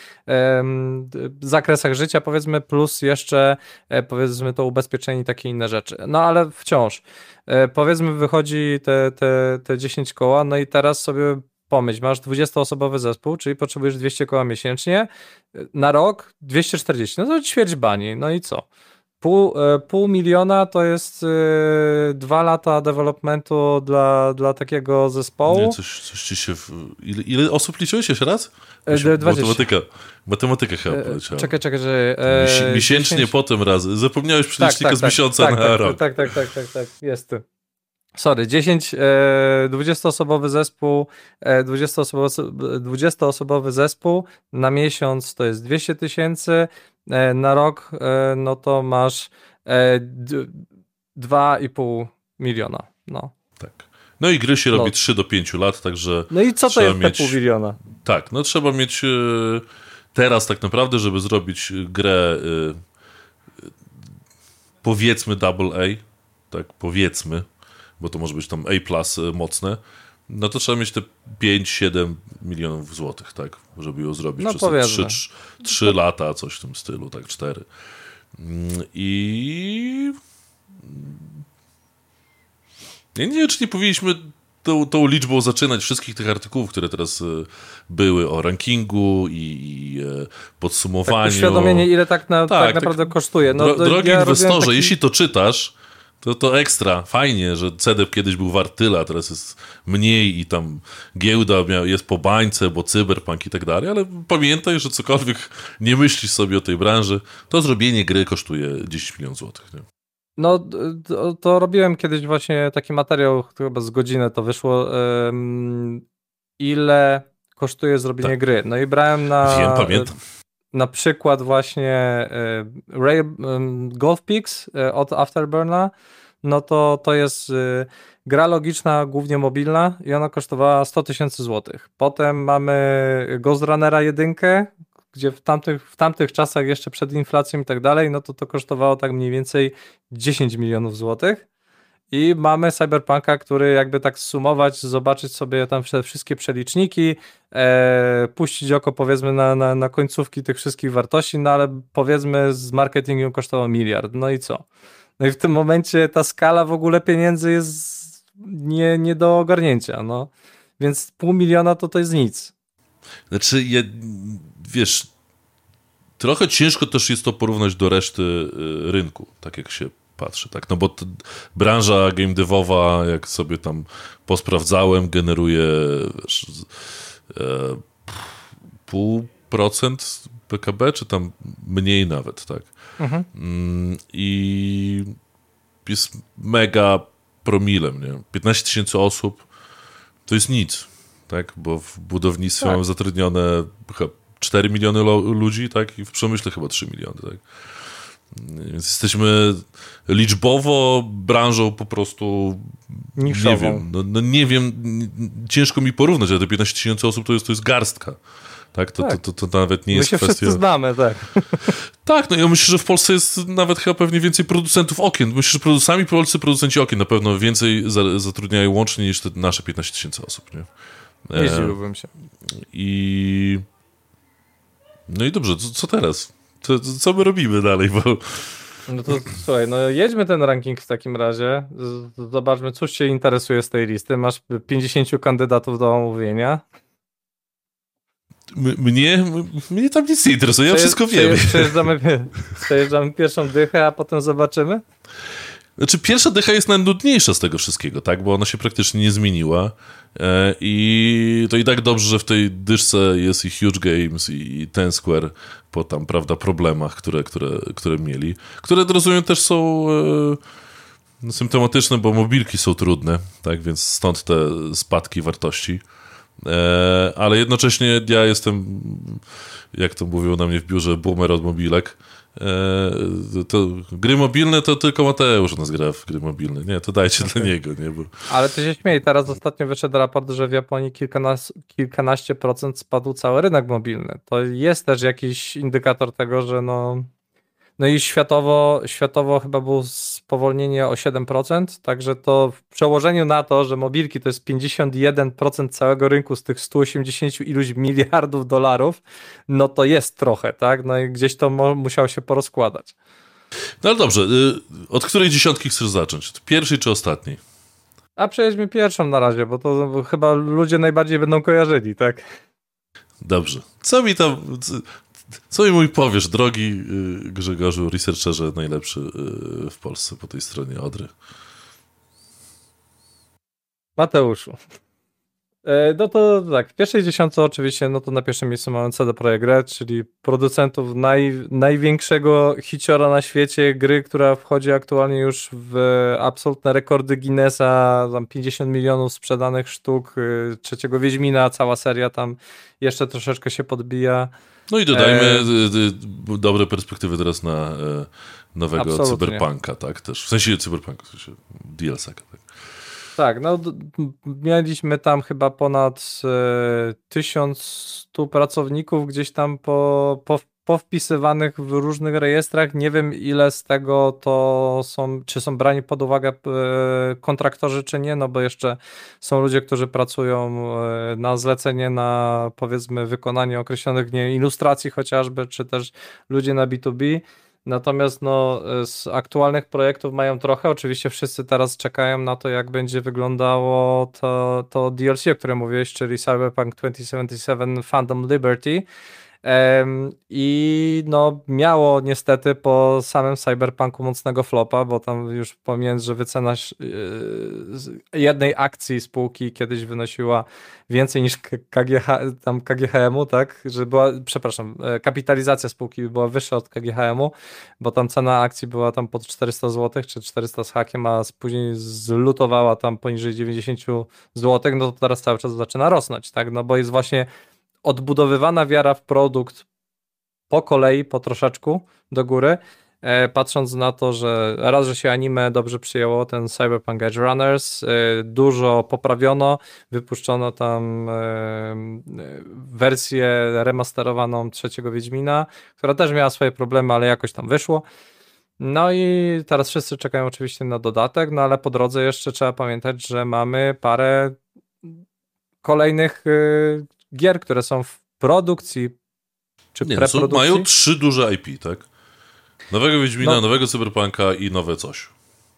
um, zakresach życia, powiedzmy, plus jeszcze powiedzmy to ubezpieczenie i takie inne rzeczy. No ale wciąż, powiedzmy wychodzi te, te, te dziesięć koła, no i teraz sobie pomyśl, masz dwudziestoosobowy zespół, czyli potrzebujesz dwieście koła miesięcznie, na rok dwieście czterdzieści, no to ćwierć bani, no i co? Pół, pół miliona to jest yy, dwa lata developmentu dla, dla takiego zespołu. Nie, coś, coś ci się... W... Ile, ile osób liczyłeś jeszcze raz? dwadzieścia. Matematyka, matematyka chyba poleciała. Czekaj, czekaj, że... E, Miesięcznie dziesięć... potem razy. Zapomniałeś przelicznika tak, tak, z miesiąca tak, na tak, rok. Tak, tak, tak, tak, tak, jest tu. Sorry, dziesięć, dwudziestoosobowy zespół, dwudziestoosobowy, dwudziestoosobowy zespół na miesiąc to jest dwieście tysięcy, na rok no to masz dwa i pół miliona. No. Tak. No i gry się no. robi trzy do pięciu lat, także... No i co to jest mieć... te pół miliona? Tak, no trzeba mieć teraz tak naprawdę, żeby zrobić grę powiedzmy double A, tak, powiedzmy, bo to może być tam A plus mocne, no to trzeba mieć te pięć siedem milionów złotych, tak, żeby ją zrobić no przez trzy lata, coś w tym stylu, tak, cztery. I... Ja nie wiem, czy nie powinniśmy tą, tą liczbą zaczynać wszystkich tych artykułów, które teraz były o rankingu i, i podsumowaniu. Tak, uświadomienie, ile tak, na, tak, tak naprawdę tak, kosztuje. No, dro, drogi ja inwestorze, taki... jeśli to czytasz, to to ekstra, fajnie, że C D P kiedyś był wart tyle, a teraz jest mniej i tam giełda miał, jest po bańce, bo cyberpunk i tak dalej, ale pamiętaj, że cokolwiek nie myślisz sobie o tej branży, to zrobienie gry kosztuje dziesięć milionów złotych. Nie? No, to, to robiłem kiedyś właśnie taki materiał, chyba z godzinę to wyszło, um, ile kosztuje zrobienie tak. gry. No i brałem na... Wiem, pamiętam. Na przykład właśnie y, Ray, y, Golf Pix y, od Afterburna, no to to jest y, gra logiczna, głównie mobilna i ona kosztowała sto tysięcy złotych. Potem mamy Ghost Runnera jedynkę, gdzie w tamtych, w tamtych czasach jeszcze przed inflacją i tak dalej, no to to kosztowało tak mniej więcej dziesięć milionów złotych. I mamy Cyberpunka, który jakby tak sumować, zobaczyć sobie tam wszystkie przeliczniki, e, puścić oko powiedzmy na, na, na końcówki tych wszystkich wartości, no ale powiedzmy z marketingiem kosztował miliard, no i co? No i w tym momencie ta skala w ogóle pieniędzy jest nie, nie do ogarnięcia, no. Więc pół miliona to to jest nic. Znaczy, ja, wiesz, trochę ciężko też jest to porównać do reszty y, rynku, tak jak się patrzy, tak? No bo t- branża game devowa, jak sobie tam posprawdzałem, generuje wiesz, e, pół procent P K B, czy tam mniej nawet, tak? Mhm. Mm, I jest mega promilem, nie? piętnaście tysięcy osób to jest nic, tak? Bo w budownictwie tak. Mamy zatrudnione chyba cztery miliony lo- ludzi, tak? I w przemyśle chyba trzy miliony, tak? Więc jesteśmy liczbowo branżą po prostu niszową. Nie wiem, no, no nie wiem, ciężko mi porównać, ale te piętnaście tysięcy osób to jest, to jest garstka. Tak? To, tak. To, to, to nawet nie My jest się kwestia... wszyscy znamy, tak. Tak, no ja myślę, że w Polsce jest nawet chyba pewnie więcej producentów okien. Myślę, że producentami polscy producenci okien na pewno więcej za, zatrudniają łącznie niż te nasze piętnaście tysięcy osób, nie? Nie zdziwiłbym się. I... No i dobrze, co, co teraz? To, to co my robimy dalej, bo... No to słuchaj, no jedźmy ten ranking w takim razie. Zobaczmy, cóż cię interesuje z tej listy. Masz pięćdziesięciu kandydatów do omówienia. M- mnie, mnie tam nic nie interesuje, ja wszystko wiem. Przejeżdżamy, przejeżdżamy pierwszą dychę, a potem zobaczymy? Znaczy pierwsza dycha jest najnudniejsza z tego wszystkiego, tak? Bo ona się praktycznie nie zmieniła e, i to i tak dobrze, że w tej dyszce jest i Huge Games i Ten Square po tam, prawda, problemach, które, które, które mieli, które rozumiem też są e, symptomatyczne, bo mobilki są trudne, tak? Więc stąd te spadki wartości. E, ale jednocześnie ja jestem, jak to mówią na mnie w biurze, boomer od mobilek. E, to gry mobilne to tylko Mateusz nas gra w gry mobilne. Nie, to dajcie okay. dla niego. Nie? Bo... Ale ty się śmiej, teraz ostatnio wyszedł raport, że w Japonii kilkanas- kilkanaście procent spadł cały rynek mobilny. To jest też jakiś indikator tego, że no... No i światowo, światowo chyba było spowolnienie o siedem procent, także to w przełożeniu na to, że mobilki to jest pięćdziesiąt jeden procent całego rynku z tych stu osiemdziesięciu iluś miliardów dolarów, no to jest trochę, tak? No i gdzieś to mo- musiało się porozkładać. No ale dobrze, od której dziesiątki chcesz zacząć? Od pierwszej czy ostatniej? A przejdźmy pierwszą na razie, bo to bo chyba ludzie najbardziej będą kojarzyli, tak? Dobrze. Co mi tam... Co mi mój powiesz, drogi Grzegorzu, researcherze najlepszy w Polsce po tej stronie Odry? Mateuszu. No to tak, w pierwszej dziesiątce oczywiście, no to na pierwszym miejscu mamy C D Projekt Red, czyli producentów naj, największego hiciora na świecie, gry, która wchodzi aktualnie już w absolutne rekordy Guinnessa, tam pięćdziesiąt milionów sprzedanych sztuk, trzeciego Wiedźmina, cała seria tam jeszcze troszeczkę się podbija. No i dodajmy e... dobre perspektywy teraz na e, nowego Absolutnie. Cyberpunka, tak? Też, w sensie Cyberpunka, w sensie D L C-ka, tak? Tak, no d- mieliśmy tam chyba ponad e, tysiąc stu pracowników gdzieś tam po, po, powpisywanych w różnych rejestrach. Nie wiem, ile z tego to są, czy są brani pod uwagę e, kontraktorzy, czy nie, no bo jeszcze są ludzie, którzy pracują e, na zlecenie, na powiedzmy wykonanie określonych, nie, ilustracji chociażby, czy też ludzie na B dwa B. Natomiast no, z aktualnych projektów mają trochę. Oczywiście wszyscy teraz czekają na to, jak będzie wyglądało to, to D L C, o którym mówiłeś, czyli Cyberpunk dwa tysiące siedemdziesiąt siedem Phantom Liberty. Um, I no miało niestety po samym Cyberpunku mocnego flopa, bo tam już pomijając, że wycena yy, jednej akcji spółki kiedyś wynosiła więcej niż K G H, tam K G H M-u, tak, że była, przepraszam, kapitalizacja spółki była wyższa od K G H M-u, bo tam cena akcji była tam pod czterysta złotych, czy czterysta z hakiem, a później zlutowała tam poniżej dziewięćdziesiąt złotych, no to teraz cały czas zaczyna rosnąć, tak, no bo jest właśnie odbudowywana wiara w produkt po kolei, po troszeczku do góry e, patrząc na to, że raz, że się anime dobrze przyjęło, ten Cyberpunk Edge Runners, e, dużo poprawiono, wypuszczono tam e, wersję remasterowaną trzeciego Wiedźmina, która też miała swoje problemy, ale jakoś tam wyszło. No i teraz wszyscy czekają oczywiście na dodatek, no ale po drodze jeszcze trzeba pamiętać, że mamy parę kolejnych y, gier, które są w produkcji, czy Nie, preprodukcji. Mają trzy duże I P, tak? Nowego Wiedźmina, No. nowego Cyberpunka i nowe coś.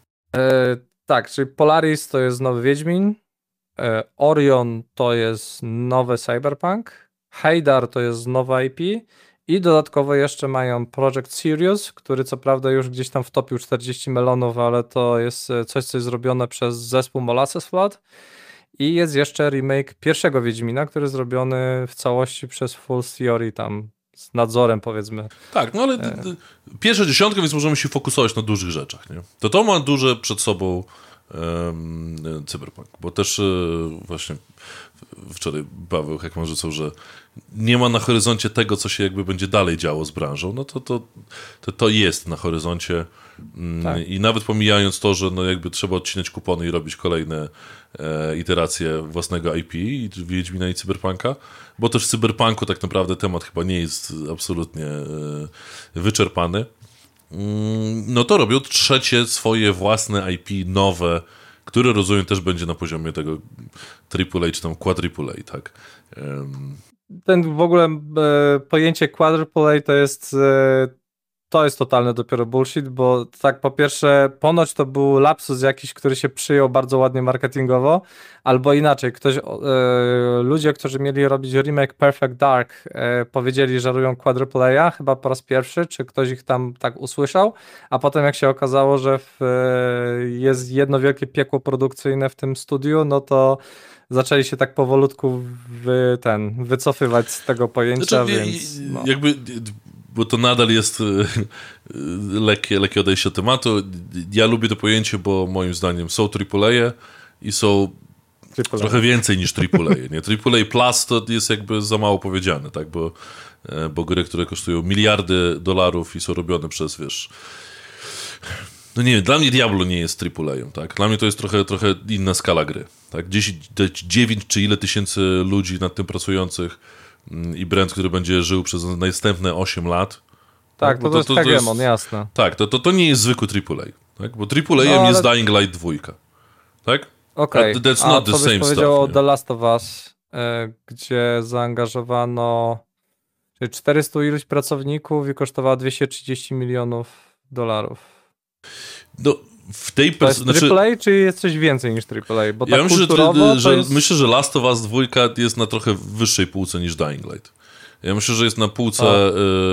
E, tak, czyli Polaris to jest nowy Wiedźmin, e, Orion to jest nowy Cyberpunk, Heydar to jest nowa I P i dodatkowo jeszcze mają Project Sirius, który co prawda już gdzieś tam wtopił czterdzieści melonów, ale to jest coś, co jest zrobione przez zespół Molasses Flood. I jest jeszcze remake pierwszego Wiedźmina, który jest zrobiony w całości przez Full Theory, tam z nadzorem, powiedzmy. Tak, no ale e... pierwsza dziesiątka, więc możemy się fokusować na dużych rzeczach, nie? To to ma duże przed sobą um, Cyberpunk, bo też um, właśnie wczoraj Paweł Heckman rzucał, że nie ma na horyzoncie tego, co się jakby będzie dalej działo z branżą, no to to, to, to jest na horyzoncie tak. I nawet pomijając to, że no jakby trzeba odcinać kupony i robić kolejne e, iteracje własnego I P, i Wiedźmina i Cyberpunka, bo też w Cyberpunku tak naprawdę temat chyba nie jest absolutnie e, wyczerpany, mm, no to robią trzecie swoje własne I P nowe, które rozumiem też będzie na poziomie tego triple A czy tam quadruple A, tak? Um. Ten w ogóle e, pojęcie quadruple A to jest e, to jest totalny dopiero bullshit, bo tak po pierwsze ponoć to był lapsus jakiś, który się przyjął bardzo ładnie marketingowo, albo inaczej, ktoś, e, ludzie, którzy mieli robić remake Perfect Dark e, powiedzieli, że robią quadruple A, chyba po raz pierwszy, czy ktoś ich tam tak usłyszał, a potem jak się okazało, że w, e, jest jedno wielkie piekło produkcyjne w tym studiu, no to zaczęli się tak powolutku wy, ten, wycofywać z tego pojęcia, znaczy, więc... No. Jakby, bo to nadal jest lekkie, lekkie odejście od tematu. Ja lubię to pojęcie, bo moim zdaniem są triple A i są triple A. Trochę więcej niż triple A. Nie? triple A plus to jest jakby za mało powiedziane, tak? Bo, bo gry, które kosztują miliardy dolarów i są robione przez, wiesz... No nie wiem, dla mnie Diablo nie jest triple A, tak? Dla mnie to jest trochę, trochę inna skala gry, tak? dziesięć, dziewięć czy ile tysięcy ludzi nad tym pracujących i brand, który będzie żył przez następne osiem lat. Tak, to, to, to jest hegemon, jasne. Tak, to, to, to nie jest zwykły triple A, tak? Bo triple A no, ale... jest Dying Light dwa, tak? Okej, okay. That's not a the co same byś powiedział stuff, o The Last of Us, y, gdzie zaangażowano czyli czterystu iluś pracowników i kosztowała dwieście trzydzieści milionów dolarów. No, w tej to jest znaczy... triple A, czy jest coś więcej niż triple A? Bo ja tak myślę, kulturowo że, jest... myślę, że Last of Us dwa jest na trochę wyższej półce niż Dying Light. Ja myślę, że jest na półce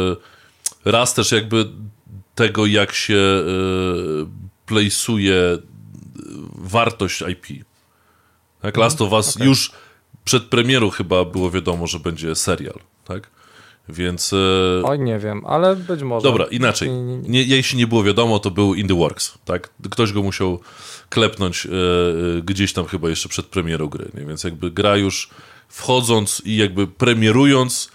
y, raz też jakby tego, jak się y, place'uje wartość I P. Tak? Last of Us okay. już przed premierą chyba było wiadomo, że będzie serial, tak? Więc... E... Oj, nie wiem, ale być może. Dobra, inaczej. Nie, jeśli nie było wiadomo, to był in the works, tak? Ktoś go musiał klepnąć e, gdzieś tam chyba jeszcze przed premierą gry, nie? Więc jakby gra już wchodząc i jakby premierując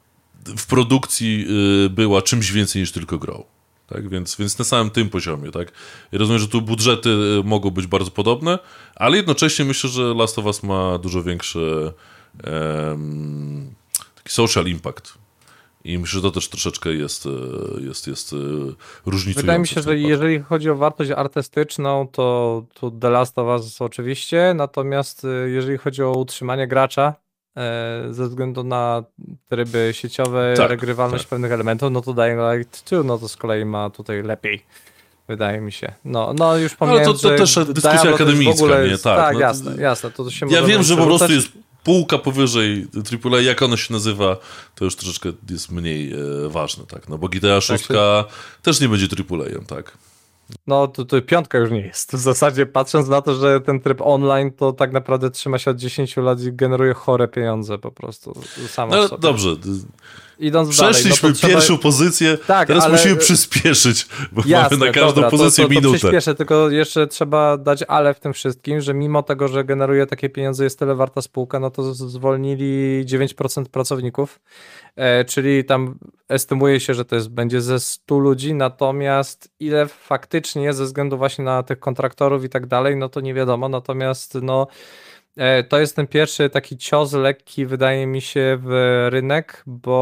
w produkcji e, była czymś więcej niż tylko grą. Tak? Więc, więc na samym tym poziomie, tak? Ja rozumiem, że tu budżety mogą być bardzo podobne, ale jednocześnie myślę, że Last of Us ma dużo większy e, taki social impact. I myślę, że to też troszeczkę jest, jest, jest różnicujące. Wydaje mi się, że jeżeli chodzi o wartość artystyczną, to, to The Last of Us oczywiście, natomiast jeżeli chodzi o utrzymanie gracza, ze względu na tryby sieciowe, tak, regrywalność tak. pewnych elementów, no to Dying Light dwa, no to z kolei ma tutaj lepiej. Wydaje mi się. No, no już pomijając, ale to, to też dyskusja Diablo akademicka, nie? Jest, tak, tak no, jasne, jasne. To się ja wiem, że po prostu jest półka powyżej triple A, jak ono się nazywa, to już troszeczkę jest mniej e, ważne, tak? No bo G T A sześć tak się... też nie będzie triple A, tak? No to, to piątka już nie jest. W zasadzie patrząc na to, że ten tryb online to tak naprawdę trzyma się od dziesięciu lat i generuje chore pieniądze po prostu. Samo no sobie. Dobrze. Idąc Przeszliśmy dalej, no pierwszą trzeba... pozycję, tak, teraz ale... musimy przyspieszyć, bo jasne, mamy na każdą dobra, pozycję to, to, to minutę. Przyspieszę, tylko jeszcze trzeba dać ale w tym wszystkim, że mimo tego, że generuje takie pieniądze, jest tyle warta spółka, no to zwolnili dziewięć procent pracowników e, czyli tam estymuje się, że to jest, będzie ze stu ludzi, natomiast ile faktycznie ze względu właśnie na tych kontraktorów i tak dalej, no to nie wiadomo, natomiast no E, To jest ten pierwszy taki cios lekki, wydaje mi się, w rynek,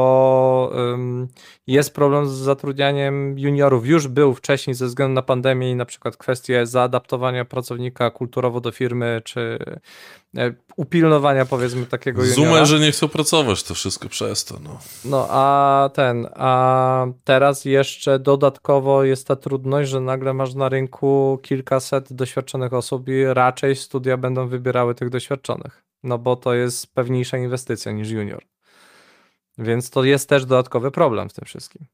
bo ym, jest problem z zatrudnianiem juniorów. Już był wcześniej ze względu na pandemię i na przykład kwestie zaadaptowania pracownika kulturowo do firmy, czy e, upilnowania, powiedzmy, takiego juniora. Zumerzy nie chcą pracować, to wszystko przez to. No. No a ten, a teraz jeszcze dodatkowo jest ta trudność, że nagle masz na rynku kilkaset doświadczonych osób i raczej studia będą wybierały tych doświadczonych, no bo to jest pewniejsza inwestycja niż junior. Więc to jest też dodatkowy problem w tym wszystkim.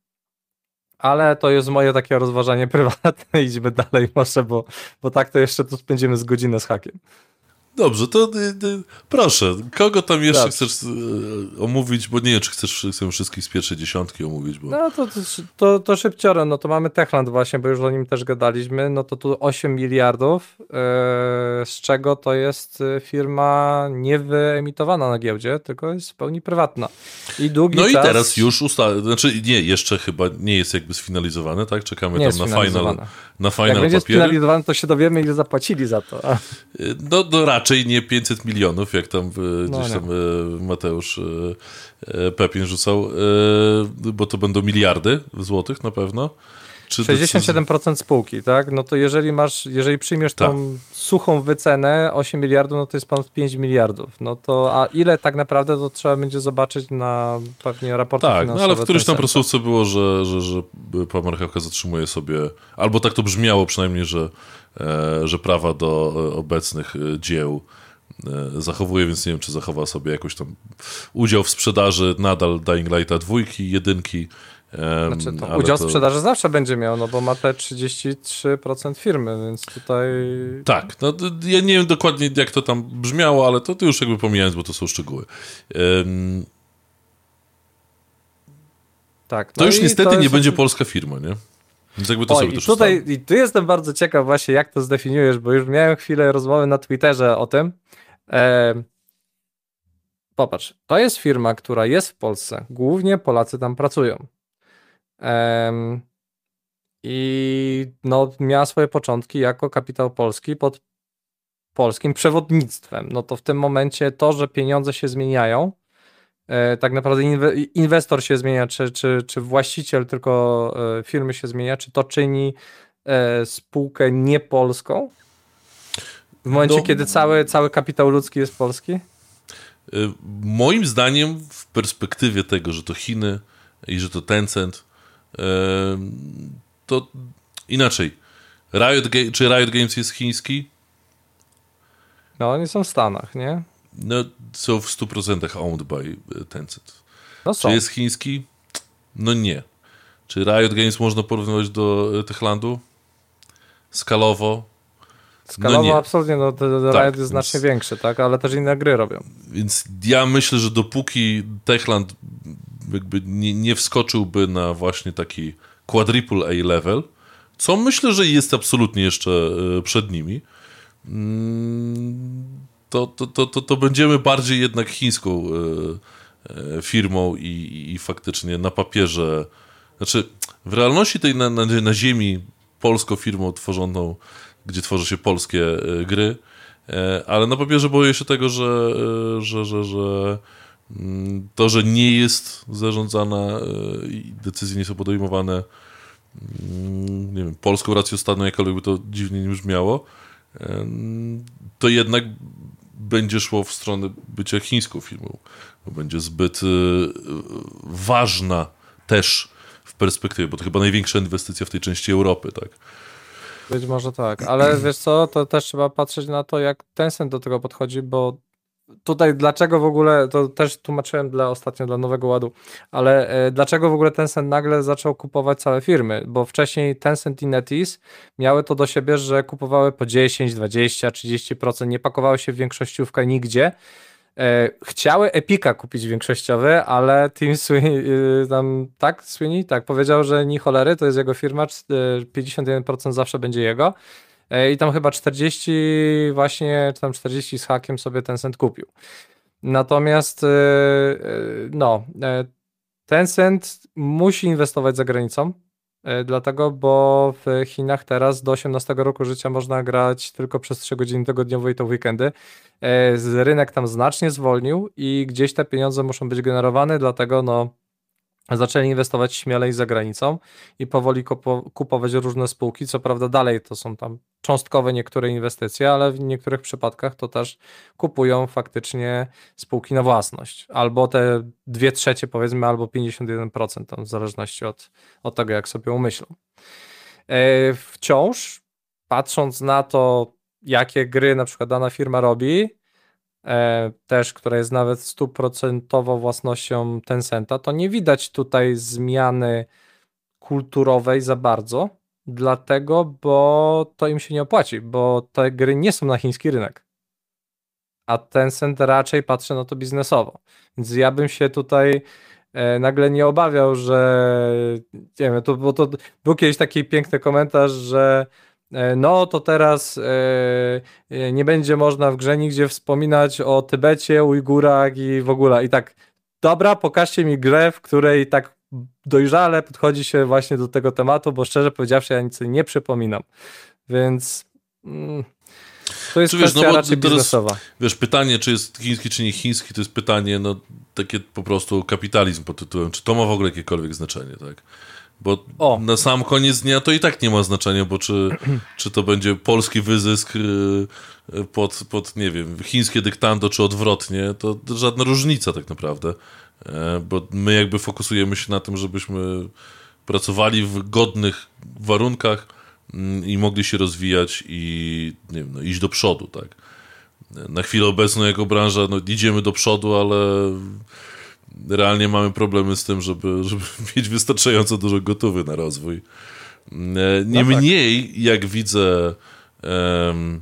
Ale to jest moje takie rozważanie prywatne, idźmy dalej może, bo, bo tak to jeszcze tu spędzimy z godzinę z hakiem. Dobrze, to y, y, proszę, kogo tam jeszcze Dobrze. chcesz y, omówić, bo nie wiem, czy chcesz chcę wszystkich z pierwszej dziesiątki omówić, bo... No to, to, to, to szybcioro, no to mamy Techland właśnie, bo już o nim też gadaliśmy, no to tu osiem miliardów, yy, z czego to jest firma nie wyemitowana na giełdzie, tylko jest w pełni prywatna. I długi No czas... i teraz już usta... znaczy nie, jeszcze chyba nie jest jakby sfinalizowane, tak? Czekamy nie tam na final, na final Jak będzie papiery. sfinalizowane, to się dowiemy, ile zapłacili za to. A. No, no raczej nie pięćset milionów, jak tam y, No gdzieś nie. tam y, Mateusz y, y, Pepin rzucał, y, bo to będą miliardy złotych na pewno. Czy sześćdziesiąt siedem procent spółki, tak? No to jeżeli masz, jeżeli przyjmiesz Tak. tą suchą wycenę osiem miliardów, no to jest ponad pięć miliardów. No to, a ile tak naprawdę, to trzeba będzie zobaczyć na pewnie raportach Tak, finansowych. no ale w którymś tam Tencenta. prosówce było, że, że, że pan marchewka zatrzymuje sobie, albo tak to brzmiało przynajmniej, że, e, że prawa do e, obecnych e, dzieł e, zachowuje, więc nie wiem, czy zachowa sobie jakoś tam udział w sprzedaży nadal Dying Lighta dwójki, jedynki. E, Znaczy to ale udział w to- sprzedaży zawsze będzie miał, no bo ma te trzydzieści trzy procent firmy, więc tutaj... Tak, no, to ja nie wiem dokładnie, jak to tam brzmiało, ale to, to już jakby pomijając, bo to są szczegóły. Em, Tak, to no już i niestety to nie jest- będzie polska firma, nie? Więc jakby to Oj, sobie i też tutaj ustalmy. i tu jestem bardzo ciekaw właśnie, jak to zdefiniujesz, bo już miałem chwilę rozmowy na Twitterze o tym. E, popatrz, to jest firma, która jest w Polsce. Głównie Polacy tam pracują. Em, I no, miała swoje początki jako kapitał polski pod polskim przewodnictwem. No to w tym momencie to, że pieniądze się zmieniają, e, tak naprawdę inwe, inwestor się zmienia, czy, czy, czy właściciel tylko e, firmy się zmienia, czy to czyni e, spółkę niepolską? W momencie, No- kiedy cały, cały kapitał ludzki jest polski? Y, Moim zdaniem w perspektywie tego, że to Chiny i że to Tencent, y, to inaczej. Riot Ga- czy Riot Games jest chiński? No, oni są w Stanach, nie? No, są w stu procentach owned by y, Tencent. No Czy są. jest chiński? No nie. Czy Riot Games można porównywać do y, Techlandu? Skalowo? Skalowo no nie. absolutnie, no to Riot Tak, jest więc- znacznie większy, tak? Ale też inne gry robią. Więc ja myślę, że dopóki Techland jakby nie, nie wskoczyłby na właśnie taki quadruple A level, co myślę, że jest absolutnie jeszcze e, przed nimi, mm, to, to, to, to, to będziemy bardziej jednak chińską e, e, firmą i, i faktycznie na papierze, znaczy w realności tej na, na, na ziemi polską firmą tworzoną, gdzie tworzy się polskie e, gry, E, ale na papierze boję się tego, że, e, że, że, że mm, to, że nie jest zarządzana e, i decyzje nie są podejmowane mm, nie wiem, polską racją stanu, jakkolwiek by to dziwnie nie brzmiało, e, to jednak będzie szło w stronę bycia chińską firmą, bo będzie zbyt e, ważna też w perspektywie, bo to chyba największa inwestycja w tej części Europy, tak? Być może tak, ale wiesz co, to też trzeba patrzeć na to, jak Tencent do tego podchodzi, bo tutaj dlaczego w ogóle, to też tłumaczyłem dla ostatnio dla Nowego Ładu, ale e, dlaczego w ogóle Tencent nagle zaczął kupować całe firmy, bo wcześniej Tencent i NetEase miały to do siebie, że kupowały po dziesięć, dwadzieścia, trzydzieści procent, nie pakowały się w większościówkę nigdzie. E, chciały Epica kupić większościowy, ale Tim Sweeney, y, tam, tak, Sweeney, tak, powiedział, że ni cholery, to jest jego firma, c- y, pięćdziesiąt jeden procent zawsze będzie jego. E, I tam chyba czterdzieści właśnie, czy tam czterdzieści z hakiem sobie Tencent kupił. Natomiast y, y, no, e, Tencent musi inwestować za granicą, yy, dlatego, bo w Chinach teraz do osiemnastego roku życia można grać tylko przez trzy godziny tygodniowo i to w weekendy. Yy, rynek tam znacznie zwolnił i gdzieś te pieniądze muszą być generowane, dlatego no zaczęli inwestować śmielej za granicą i powoli kupo- kupować różne spółki. Co prawda dalej to są tam cząstkowe niektóre inwestycje, ale w niektórych przypadkach to też kupują faktycznie spółki na własność. Albo te dwie trzecie powiedzmy, albo pięćdziesiąt jeden procent tam w zależności od, od tego, jak sobie umyślą. E, wciąż patrząc na to, jakie gry na przykład dana firma robi, e, też, która jest nawet stuprocentowo własnością Tencenta, to nie widać tutaj zmiany kulturowej za bardzo, dlatego, bo to im się nie opłaci, bo te gry nie są na chiński rynek, a Tencent raczej patrzy na to biznesowo, więc ja bym się tutaj e, nagle nie obawiał, że nie wiem, to, bo to był kiedyś taki piękny komentarz, że e, no to teraz e, e, nie będzie można w grze nigdzie wspominać o Tybecie, Ujgurach i w ogóle. I tak, dobra, pokażcie mi grę, w której tak dojrzale podchodzi się właśnie do tego tematu, bo szczerze powiedziawszy, ja nic nie przypominam. Więc mm, to jest Czy wiesz, kwestia no bo raczej teraz, biznesowa. Wiesz, pytanie, czy jest chiński, czy nie chiński, to jest pytanie, no takie po prostu kapitalizm pod tytułem, czy to ma w ogóle jakiekolwiek znaczenie, tak? Bo O. na sam koniec dnia to i tak nie ma znaczenia, bo czy, czy to będzie polski wyzysk yy, pod, pod, nie wiem, chińskie dyktando, czy odwrotnie, to, to żadna różnica tak naprawdę. Yy, bo my jakby fokusujemy się na tym, żebyśmy pracowali w godnych warunkach yy, i mogli się rozwijać i nie wiem, no, iść do przodu, tak? Na chwilę obecną jako branża no, idziemy do przodu, ale realnie mamy problemy z tym, żeby, żeby mieć wystarczająco dużo gotowy na rozwój. Niemniej, no tak. Jak widzę, um,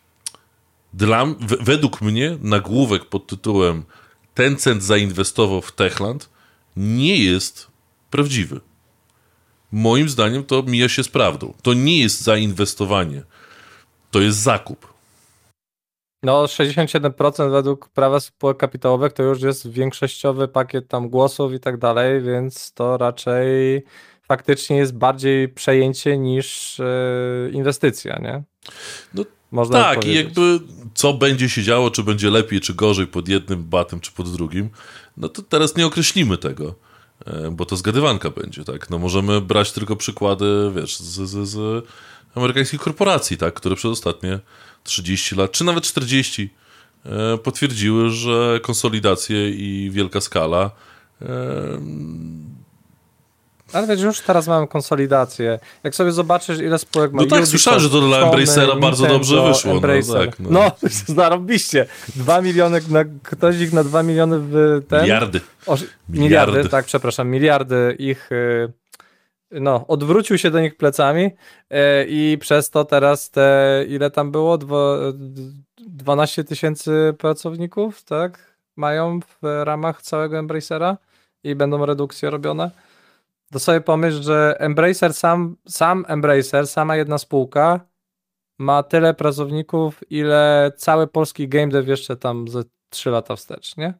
dla, w, według mnie nagłówek pod tytułem Tencent zainwestował w Techland nie jest prawdziwy. Moim zdaniem to mija się z prawdą. To nie jest zainwestowanie. To jest zakup. No, sześćdziesiąt siedem procent według prawa spółek kapitałowych to już jest większościowy pakiet tam głosów i tak dalej, więc to raczej faktycznie jest bardziej przejęcie niż yy, inwestycja, nie? No można tak, i jakby co będzie się działo, czy będzie lepiej, czy gorzej pod jednym batem, czy pod drugim, no to teraz nie określimy tego, bo to zgadywanka będzie, tak? No możemy brać tylko przykłady, wiesz, z, z, z amerykańskich korporacji, tak? Które przez ostatnie trzydzieści lat, czy nawet czterdzieści potwierdziły, że konsolidacje i wielka skala. Ale wiesz, już teraz mamy konsolidację. Jak sobie zobaczysz, ile spółek ma No tak, Ubisoft, słyszałem, że to dla Sony, Embracera bardzo Nintendo, dobrze wyszło. Embracer. No, tak, no. no zarobiście. Dwa miliony, na, ktoś ich na dwa miliony w ten... Miliardy. O, miliardy. Miliardy, tak, przepraszam, miliardy ich... No, odwrócił się do nich plecami yy, i przez to teraz te, ile tam było? Dwo, dwanaście tysięcy pracowników, tak? Mają w ramach całego Embracera i będą redukcje robione. To sobie pomyśl, że Embracer sam, sam Embracer, sama jedna spółka ma tyle pracowników, ile cały polski game dev jeszcze tam ze trzy lata wstecz, nie?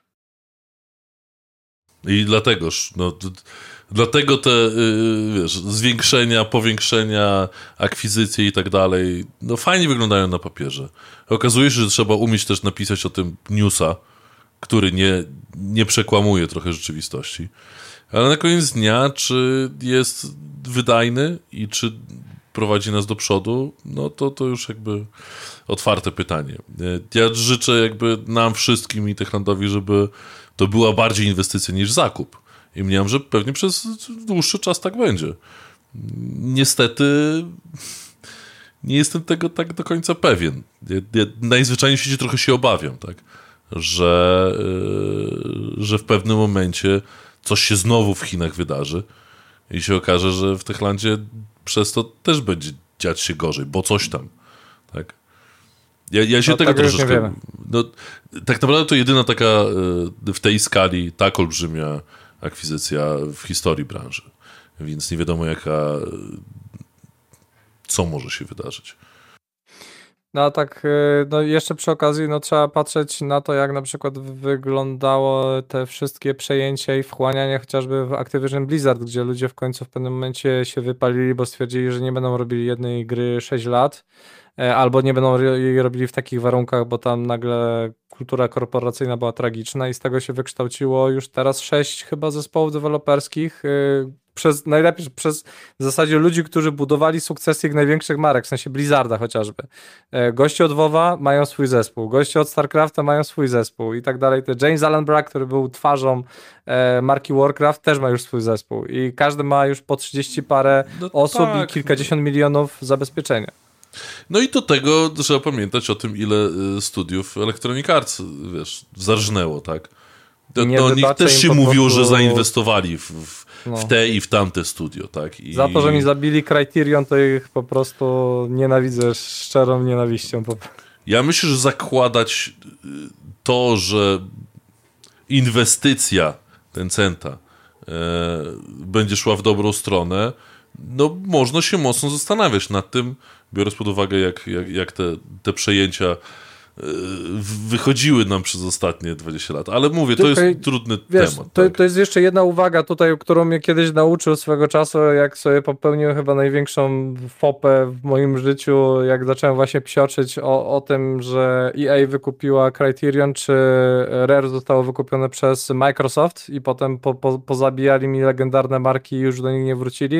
I dlategoż, no, t- dlatego te, yy, wiesz, zwiększenia, powiększenia, akwizycje i tak dalej, no fajnie wyglądają na papierze. Okazuje się, że trzeba umieć też napisać o tym newsa, który nie, nie przekłamuje trochę rzeczywistości. Ale na koniec dnia, czy jest wydajny i czy prowadzi nas do przodu, no to, to już jakby otwarte pytanie. Ja życzę jakby nam wszystkim i Techlandowi, żeby to była bardziej inwestycja niż zakup. I mniemam, że pewnie przez dłuższy czas tak będzie. Niestety nie jestem tego tak do końca pewien. Ja, ja najzwyczajniej w świecie trochę się obawiam, tak? Że, yy, że w pewnym momencie coś się znowu w Chinach wydarzy i się okaże, że w Techlandzie przez to też będzie dziać się gorzej, bo coś tam, tak? Ja, ja się no, tego tak troszeczkę... No, tak naprawdę to jedyna taka w tej skali tak olbrzymia akwizycja w historii branży, więc nie wiadomo jaka... co może się wydarzyć. No a tak, y, no jeszcze przy okazji, no trzeba patrzeć na to, jak na przykład wyglądało te wszystkie przejęcia i wchłanianie chociażby w Activision Blizzard, gdzie ludzie w końcu w pewnym momencie się wypalili, bo stwierdzili, że nie będą robili jednej gry sześć lat, e, albo nie będą jej robili w takich warunkach, bo tam nagle kultura korporacyjna była tragiczna i z tego się wykształciło już teraz sześć chyba zespołów deweloperskich, y, przez najlepiej przez w zasadzie ludzi, którzy budowali sukcesy ich największych marek, w sensie Blizzarda chociażby. E, Goście od WoWa mają swój zespół, goście od StarCrafta mają swój zespół i tak dalej. Te James Allen Brack, który był twarzą e, marki Warcraft, też ma już swój zespół i każdy ma już po trzydzieści parę No osób tak. i kilkadziesiąt milionów zabezpieczenia. No i do tego trzeba pamiętać o tym, ile y, studiów Electronic Arts, wiesz, zarżnęło, tak? To, Nie to o nich wybacza też im się po mówiło, prostu- że zainwestowali w, w, No. w te i w tamte studio, tak? I... Za to, że mi zabili Criterion, to ich po prostu nienawidzę szczerą nienawiścią. Po... Ja myślę, że zakładać y, to, że inwestycja Tencenta e, będzie szła w dobrą stronę, no można się mocno zastanawiać nad tym, biorąc pod uwagę, jak, jak, jak te, te przejęcia e, wychodziły nam przez ostatnie dwadzieścia lat. Ale mówię, to Tylko, jest trudny Wiesz, temat. to, tak. to jest jeszcze jedna uwaga tutaj, którą mnie kiedyś nauczył swego czasu, jak sobie popełniłem chyba największą fopę w moim życiu, jak zacząłem właśnie psioczyć o, o tym, że E A wykupiła Criterion, czy Rare zostało wykupione przez Microsoft i potem po, po, pozabijali mi legendarne marki i już do nich nie wrócili.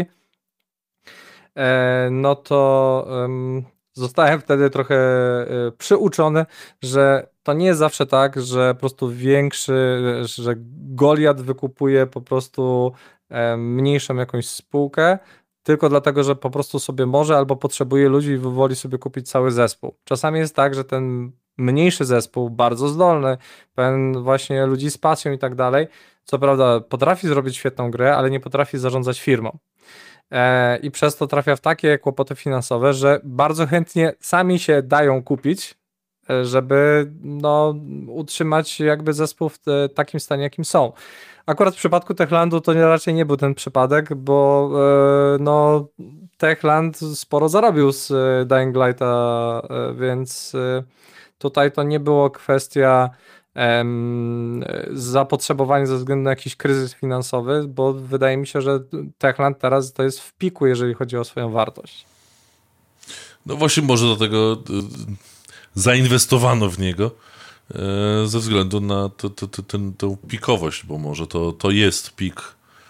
E, no to em, zostałem wtedy trochę e, przyuczony, że to nie jest zawsze tak, że po prostu większy, że Goliat wykupuje po prostu e, mniejszą jakąś spółkę, tylko dlatego, że po prostu sobie może albo potrzebuje ludzi i woli sobie kupić cały zespół. Czasami jest tak, że ten mniejszy zespół, bardzo zdolny, pełen właśnie ludzi z pasją i tak dalej, co prawda potrafi zrobić świetną grę, ale nie potrafi zarządzać firmą. E, I przez to trafia w takie kłopoty finansowe, że bardzo chętnie sami się dają kupić, e, żeby no, utrzymać jakby zespół w te, takim stanie, jakim są. Akurat w przypadku Techlandu to nie, raczej nie był ten przypadek, bo e, no, Techland sporo zarobił z e, Dying Lighta, e, więc e, tutaj to nie było kwestia em, zapotrzebowania ze względu na jakiś kryzys finansowy, bo wydaje mi się, że Techland teraz to jest w piku, jeżeli chodzi o swoją wartość. No właśnie może do tego y, zainwestowano w niego y, ze względu na to, to, to, ten, tą pikowość, bo może to, to jest pik,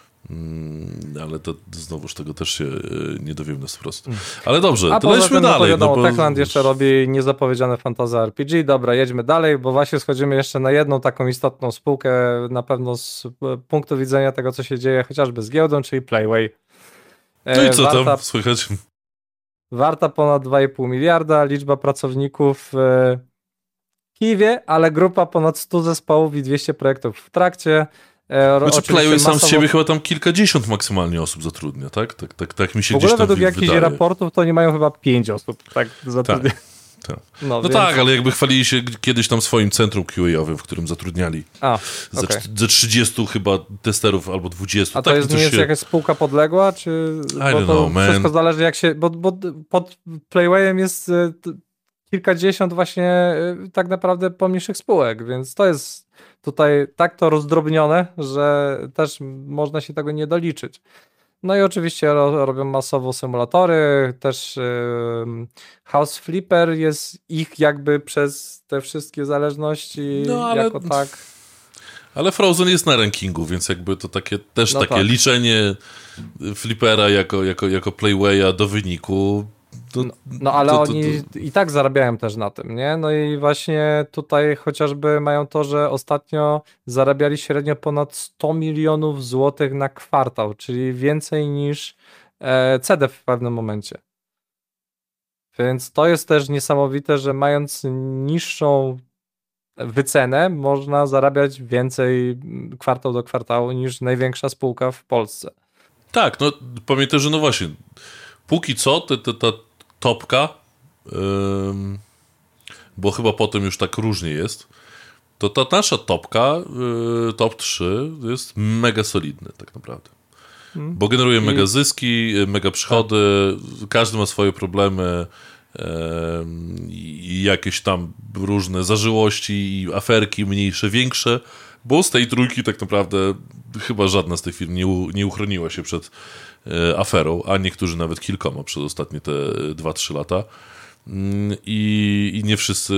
y, ale to znowuż tego też się y, nie dowiemy na sto procent. Ale dobrze, A to poza lećmy tym, no to dalej. wiadomo, no bo... Techland jeszcze robi niezapowiedziane fantasy R P G. Dobra, jedźmy dalej, bo właśnie schodzimy jeszcze na jedną taką istotną spółkę, na pewno z punktu widzenia tego, co się dzieje chociażby z giełdą, czyli Playway. No i co warta, tam słychać? Warta ponad dwa i pół miliarda, liczba pracowników w Kijowie, ale grupa ponad sto zespołów i dwieście projektów w trakcie. E, Znaczy oczywiście Playway sam z masowo... siebie chyba tam kilkadziesiąt maksymalnie osób zatrudnia, tak? Tak, tak, tak mi się W gdzieś ogóle tam według wy- jakichś wydaje. raportów to nie mają chyba pięć osób tak zatrudnia. Tak. No, No więc... tak, ale jakby chwalili się kiedyś tam swoim centrum Q A-owym, w którym zatrudniali A, ze, okay. cz- ze trzydziestu chyba testerów albo dwudziestu. A to tak, jest, coś nie jest się... jakaś spółka podległa, czy... I Bo don't to know, man. wszystko zależy jak się... Bo, bo pod Playwayem jest e, t- kilkadziesiąt właśnie e, tak naprawdę pomniejszych spółek, więc to jest tutaj tak to rozdrobnione, że też można się tego nie doliczyć. No i oczywiście ro, robią masowo symulatory, też yy, House Flipper jest ich jakby przez te wszystkie zależności No, ale- jako tak. Ale Frozen jest na rankingu, więc jakby to takie też No takie tak. liczenie Flippera jako, jako, jako Playwaya do wyniku. To, No, no ale to, to, oni to... i tak zarabiają też na tym, nie? No i właśnie tutaj chociażby mają to, że ostatnio zarabiali średnio ponad sto milionów złotych na kwartał, czyli więcej niż e, C D w pewnym momencie. Więc to jest też niesamowite, że mając niższą wycenę można zarabiać więcej kwartał do kwartału niż największa spółka w Polsce. Tak, no pamiętaj, że no właśnie, póki co te, te, ta topka, ym, bo chyba potem już tak różnie jest, to ta nasza topka, yy, top trzy jest mega solidny tak naprawdę. Hmm. Bo generuje I... mega zyski, mega przychody, tak. Każdy ma swoje problemy, i jakieś tam różne zażyłości i aferki mniejsze, większe, bo z tej trójki tak naprawdę chyba żadna z tych firm nie, u, nie uchroniła się przed aferą, a niektórzy nawet kilkoma przez ostatnie te dwa trzy lata. I, i nie wszyscy,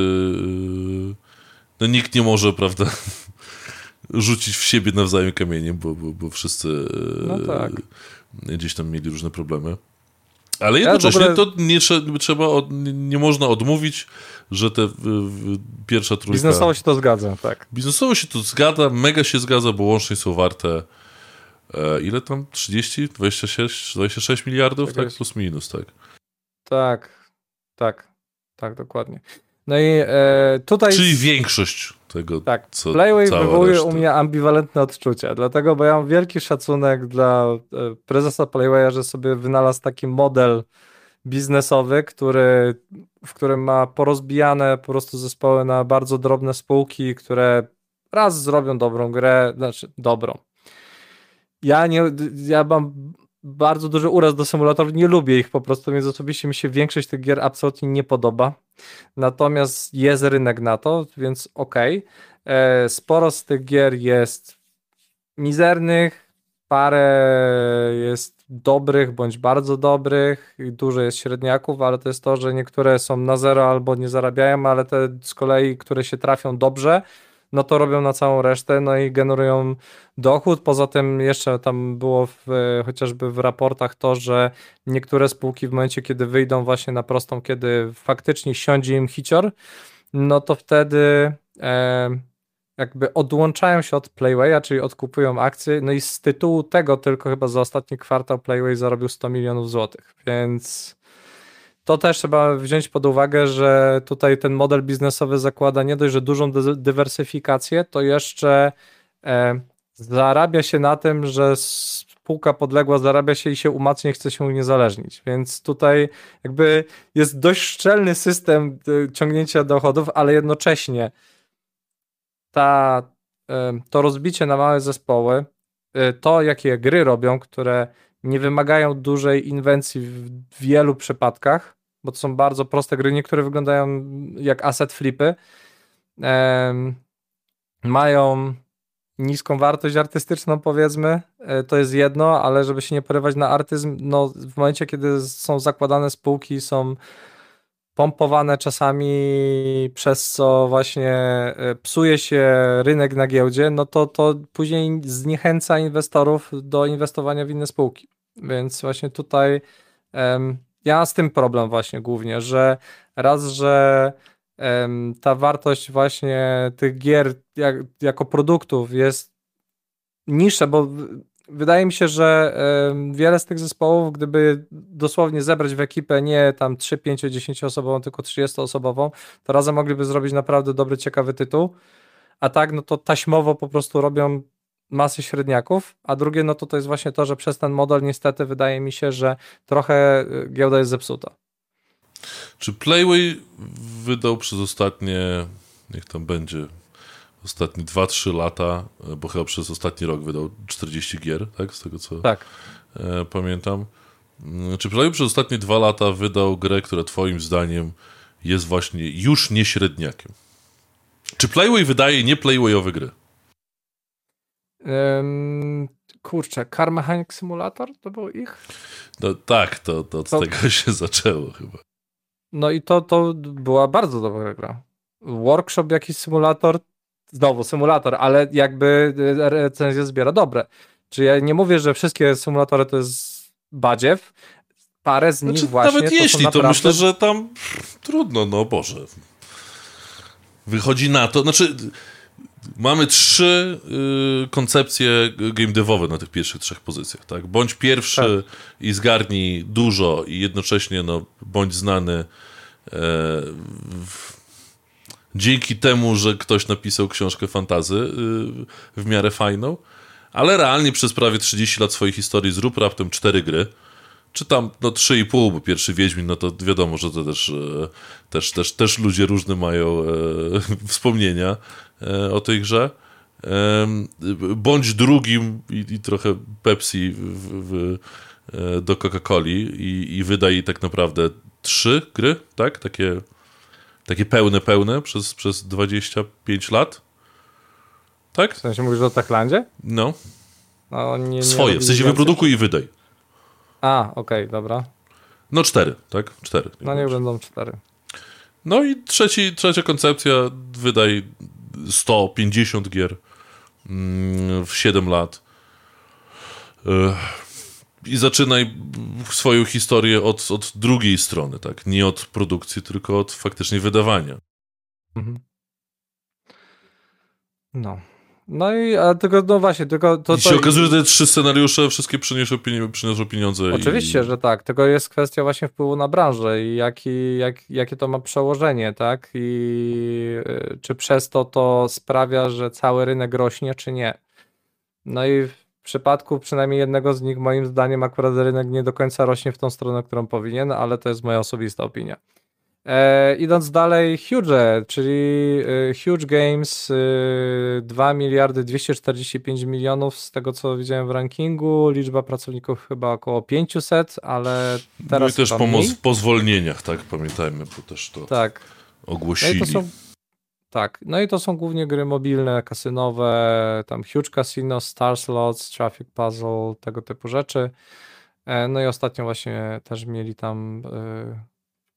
no nikt nie może, prawda, rzucić w siebie nawzajem kamieniem, bo, bo, bo wszyscy no tak. gdzieś tam mieli różne problemy. Ale jednocześnie ja ogóle... to nie, trzeba, od, nie można odmówić, że te w, w, pierwsza trójka... Biznesowo się to zgadza, tak. Biznesowo się to zgadza, mega się zgadza, bo łącznie są warte e, ile tam? trzydzieści, dwadzieścia sześć, dwadzieścia sześć miliardów, tak? tak? Plus minus, tak. Tak, tak, tak, dokładnie. No i e, tutaj... Czyli większość tego, tak, co Playway wywołuje reszta. u mnie ambiwalentne odczucia, dlatego, bo ja mam wielki szacunek dla e, prezesa Playwaya, że sobie wynalazł taki model biznesowy, który, w którym ma porozbijane po prostu zespoły na bardzo drobne spółki, które raz zrobią dobrą grę, znaczy dobrą. Ja nie, ja mam bardzo duży uraz do symulatorów, nie lubię ich po prostu, więc osobiście mi się większość tych gier absolutnie nie podoba. Natomiast jest rynek na to, więc okej. Okay. Sporo z tych gier jest mizernych, parę jest dobrych bądź bardzo dobrych, dużo jest średniaków, ale to jest to, że niektóre są na zero albo nie zarabiają, ale te z kolei, które się trafią dobrze, no to robią na całą resztę, no i generują dochód. Poza tym jeszcze tam było w, chociażby w raportach to, że niektóre spółki w momencie, kiedy wyjdą właśnie na prostą, kiedy faktycznie siądzie im hicior, no to wtedy e, jakby odłączają się od Playwaya, czyli odkupują akcje, no i z tytułu tego tylko chyba za ostatni kwartał Playway zarobił sto milionów złotych, więc to też trzeba wziąć pod uwagę, że tutaj ten model biznesowy zakłada nie dość, że dużą dy- dywersyfikację, to jeszcze e, zarabia się na tym, że spółka podległa zarabia się i się umacnia i chce się uniezależnić, więc tutaj jakby jest dość szczelny system y, ciągnięcia dochodów, ale jednocześnie ta, y, to rozbicie na małe zespoły, y, to jakie gry robią, które nie wymagają dużej inwencji w wielu przypadkach, bo to są bardzo proste gry, niektóre wyglądają jak asset flipy, ehm, mają niską wartość artystyczną, powiedzmy, e, to jest jedno, ale żeby się nie porywać na artyzm, no w momencie, kiedy są zakładane spółki, są pompowane czasami, przez co właśnie e, psuje się rynek na giełdzie, no to to później zniechęca inwestorów do inwestowania w inne spółki, więc właśnie tutaj em, ja mam z tym problem właśnie głównie, że raz, że em, ta wartość właśnie tych gier jak, jako produktów jest niższa, bo w- wydaje mi się, że em, wiele z tych zespołów, gdyby dosłownie zebrać w ekipę nie tam trzy, pięć, dziesięć osobową, tylko trzydzieści osobową, to razem mogliby zrobić naprawdę dobry, ciekawy tytuł, a tak, no to taśmowo po prostu robią masy średniaków, a drugie, no to to jest właśnie to, że przez ten model niestety wydaje mi się, że trochę y, giełda jest zepsuta. Czy Playway wydał przez ostatnie, niech tam będzie, ostatnie dwa trzy lata, bo chyba przez ostatni rok wydał czterdzieści gier, tak? Z tego co Tak. e, pamiętam. Czy Playway przez ostatnie dwa lata wydał grę, która twoim zdaniem jest właśnie już nie średniakiem? Czy Playway wydaje nie Playwayowe gry? Ym, kurczę, Car Mechanic Simulator to był ich? No tak, to, to od To- tego się zaczęło chyba. No i to, to była bardzo dobra gra. Workshop, jakiś symulator, znowu symulator, ale jakby y, recenzja zbiera dobre. Czy ja nie mówię, że wszystkie symulatory to jest badziew, parę z nich Znaczy, właśnie nawet to jeśli, są naprawdę... to myślę, że tam pff, trudno, no Boże. Wychodzi na to, znaczy mamy trzy y, koncepcje game devowe na tych pierwszych trzech pozycjach, tak? Bądź pierwszy i zgarnij dużo i jednocześnie no, bądź znany e, w, dzięki temu, że ktoś napisał książkę fantasy y, w miarę fajną, ale realnie przez prawie trzydzieści lat swojej historii zrób raptem cztery gry, czy tam no trzy i pół, bo pierwszy Wiedźmin, no to wiadomo, że to też, e, też, też, też ludzie różne mają e, wspomnienia e, o tej grze. E, bądź drugim i, i trochę Pepsi w, w, e, do Coca-Coli i, i wydaj tak naprawdę trzy gry, tak? Takie, takie pełne, pełne przez, przez dwadzieścia pięć lat. Tak? W sensie mówisz o Techlandzie? No. No nie, nie Swoje, w sensie wyprodukuj i wydaj. A, okej, okay, dobra. No cztery, tak? Cztery. No niech będą cztery. No i trzeci, trzecia koncepcja, wydaj sto pięćdziesiąt gier w siedem lat. I zaczynaj swoją historię od, od drugiej strony, tak? Nie od produkcji, tylko od faktycznie wydawania. Mhm. No. No i a tylko, no właśnie, tylko to... I się to... okazuje, że te trzy scenariusze wszystkie przyniosą, przyniosą pieniądze. Oczywiście, i... że tak, tylko jest kwestia właśnie wpływu na branżę i jaki, jak, jakie to ma przełożenie, tak? I y, czy przez to to sprawia, że cały rynek rośnie, czy nie. No i w przypadku przynajmniej jednego z nich, moim zdaniem, akurat rynek nie do końca rośnie w tą stronę, którą powinien, ale to jest moja osobista opinia. E, idąc dalej, Huge, czyli e, Huge Games, e, dwa miliardy dwieście czterdzieści pięć milionów z tego, co widziałem w rankingu, liczba pracowników chyba około pięćset, ale teraz no i też po, mniej. po zwolnieniach, tak, pamiętajmy, bo też to tak. ogłosili. No i to są, tak, no i to są głównie gry mobilne, kasynowe, tam Huge Casino, Star Slots, Traffic Puzzle, tego typu rzeczy. E, no i ostatnio właśnie też mieli tam... E,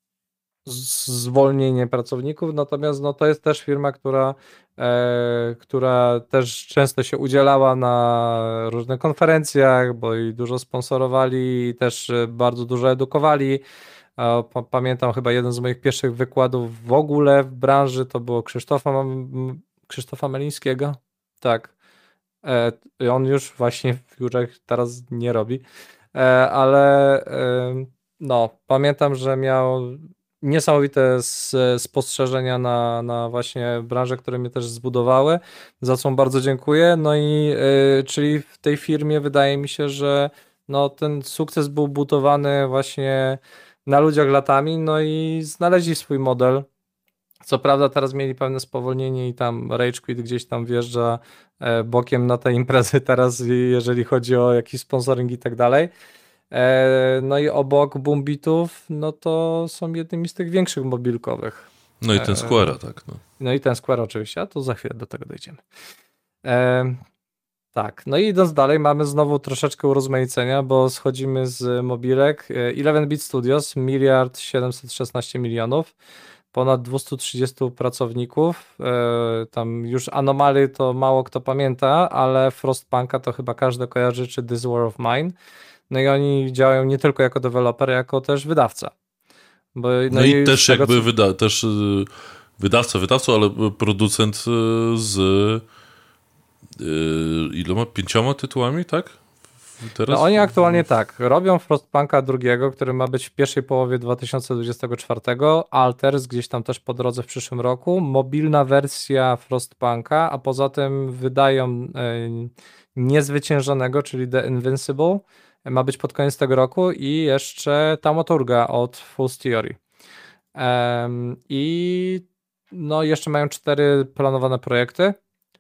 zwolnienie pracowników, natomiast no, to jest też firma, która, e, która też często się udzielała na różnych konferencjach, bo i dużo sponsorowali i też bardzo dużo edukowali. E, pamiętam chyba jeden z moich pierwszych wykładów w ogóle w branży to było Krzysztofa, Krzysztofa Melińskiego. Tak. E, on już właśnie w Jurach teraz nie robi, e, ale e, no, pamiętam, że miał niesamowite spostrzeżenia na, na właśnie branże, które mnie też zbudowały, za co bardzo dziękuję. No i yy, czyli w tej firmie wydaje mi się, że no, ten sukces był budowany właśnie na ludziach latami, no i znaleźli swój model. Co prawda teraz mieli pewne spowolnienie i tam Rage Quit gdzieś tam wjeżdża bokiem na te imprezy teraz, jeżeli chodzi o jakiś sponsoring i tak dalej. No i obok Boombitów, no to są jednymi z tych większych mobilkowych. No i ten Square'a, tak. No. no i ten Square oczywiście, a to za chwilę do tego dojdziemy. E, tak, no i idąc dalej, mamy znowu troszeczkę urozmaicenia, bo schodzimy z mobilek. eleven bit Studios, miliard siedemset szesnaście milionów, ponad dwieście trzydzieści pracowników. E, tam już Anomaly to mało kto pamięta, ale Frostpunka to chyba każdy kojarzy, czy This War of Mine. No i oni działają nie tylko jako deweloper, jako też wydawca. Bo, no, no i, i też tego, jakby co... wyda, też wydawca, wydawca, ale producent z yy, iloma? Pięcioma tytułami, tak? Teraz... No oni aktualnie tak, robią Frostpunka drugiego, który ma być w pierwszej połowie dwa tysiące dwudziestego czwartego, Alters gdzieś tam też po drodze w przyszłym roku, mobilna wersja Frostpunka, a poza tym wydają yy, Niezwyciężonego, czyli The Invincible, ma być pod koniec tego roku i jeszcze Taumaturga od Fool's Theory. Um, I no jeszcze mają cztery planowane projekty.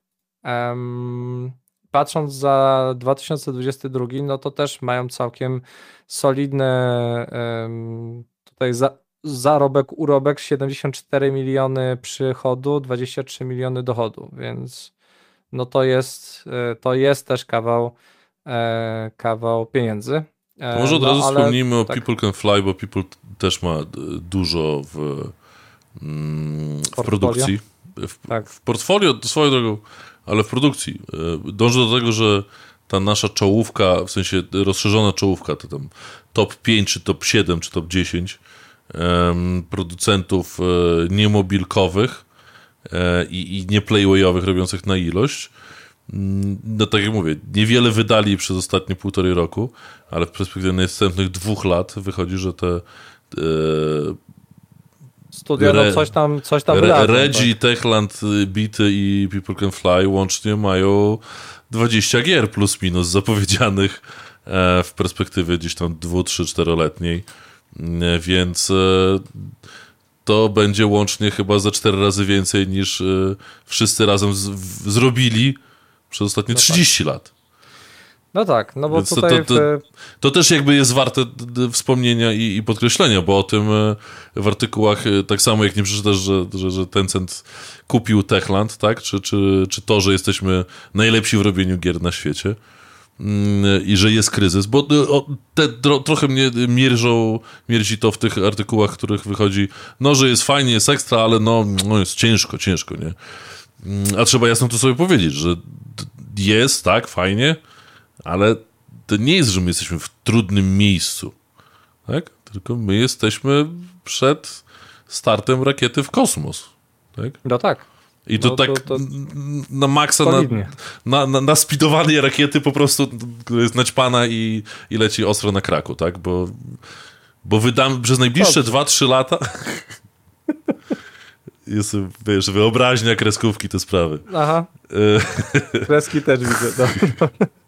Um, patrząc za dwa tysiące dwudziesty drugi, no to też mają całkiem solidny um, tutaj za, zarobek, urobek, siedemdziesiąt cztery miliony przychodu, dwadzieścia trzy miliony dochodu, więc no to jest, to jest też kawał E, kawał pieniędzy. E, może od no, razu ale, wspomnijmy o tak. People Can Fly, bo People też ma dużo w, mm, w produkcji. W, tak. w portfolio, swoją drogą, ale w produkcji. E, dążę do tego, że ta nasza czołówka, w sensie rozszerzona czołówka, to tam top pięć, czy top siedem, czy top dziesięć e, producentów e, niemobilkowych e, i, i nie playwayowych, robiących na ilość. No tak jak mówię, niewiele wydali przez ostatnie półtorej roku, ale w perspektywie następnych dwóch lat wychodzi, że te e, studia no coś tam, coś tam wydadzą. Reggie, tak. Techland, Bity i People Can Fly łącznie mają dwadzieścia gier plus minus zapowiedzianych e, w perspektywie gdzieś tam dwu, trzy, czteroletniej, e, więc e, to będzie łącznie chyba za cztery razy więcej niż e, wszyscy razem z, w, zrobili przez ostatnie no trzydzieści tak. lat. No tak, no bo Więc tutaj... To, to, to, to też jakby jest warte wspomnienia i, i podkreślenia, bo o tym w artykułach, tak samo jak nie przeczytasz, że, że, że Tencent kupił Techland, tak? Czy, czy, czy to, że jesteśmy najlepsi w robieniu gier na świecie i że jest kryzys, bo te, tro, trochę mnie mierzą, mierzi to w tych artykułach, w których wychodzi, no, że jest fajnie, jest ekstra, ale no, no jest ciężko, ciężko, nie? A trzeba jasno to sobie powiedzieć, że jest, tak, fajnie, ale to nie jest, że my jesteśmy w trudnym miejscu, tak? Tylko my jesteśmy przed startem rakiety w kosmos, tak? No tak. I to no, tak to, to na maksa, na, na, na, na speedowanej rakiety po prostu jest naćpana i, i leci ostro na kraku, tak? Bo, bo wydam przez najbliższe dwa trzy lata jest, wiesz, wyobraźnia, kreskówki, te sprawy. Aha. Kreski też widzę. No.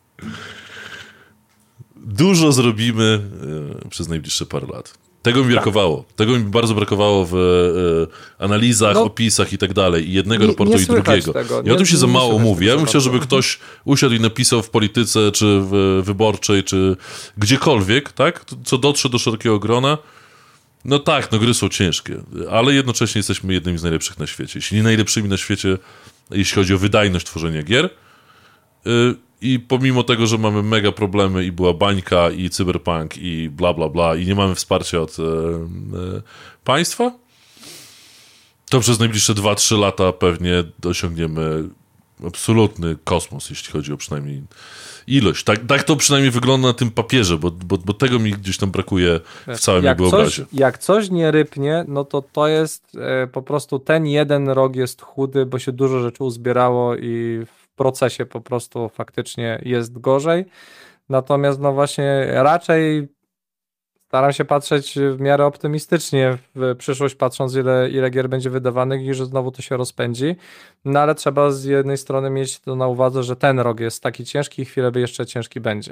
Dużo zrobimy e, przez najbliższe parę lat. Tego mi brakowało. Tak. Tego mi bardzo brakowało w e, analizach, no, opisach i tak dalej. I jednego nie, raportu, nie i drugiego. Tego. I o tym się za mało mówi. Ja bym chciał, żeby ktoś usiadł i napisał w polityce, czy w wyborczej, czy gdziekolwiek, tak? Co dotrze do szerokiego grona. No tak, no gry są ciężkie, ale jednocześnie jesteśmy jednymi z najlepszych na świecie. Jeśli nie najlepszymi na świecie, jeśli chodzi o wydajność tworzenia gier. Y I pomimo tego, że mamy mega problemy i była bańka i cyberpunk i bla bla bla i nie mamy wsparcia od e, e, państwa, to przez najbliższe dwa trzy lata pewnie osiągniemy absolutny kosmos, jeśli chodzi o przynajmniej ilość. Tak, tak to przynajmniej wygląda na tym papierze, bo, bo, bo tego mi gdzieś tam brakuje w całym jak jakby coś, obrazie. Jak coś nie rypnie, no to to jest e, po prostu ten jeden rok jest chudy, bo się dużo rzeczy uzbierało i w procesie po prostu faktycznie jest gorzej. Natomiast no właśnie raczej staram się patrzeć w miarę optymistycznie w przyszłość, patrząc ile, ile gier będzie wydawanych i że znowu to się rozpędzi. No ale trzeba z jednej strony mieć to na uwadze, że ten rok jest taki ciężki i chwilę jeszcze ciężki będzie.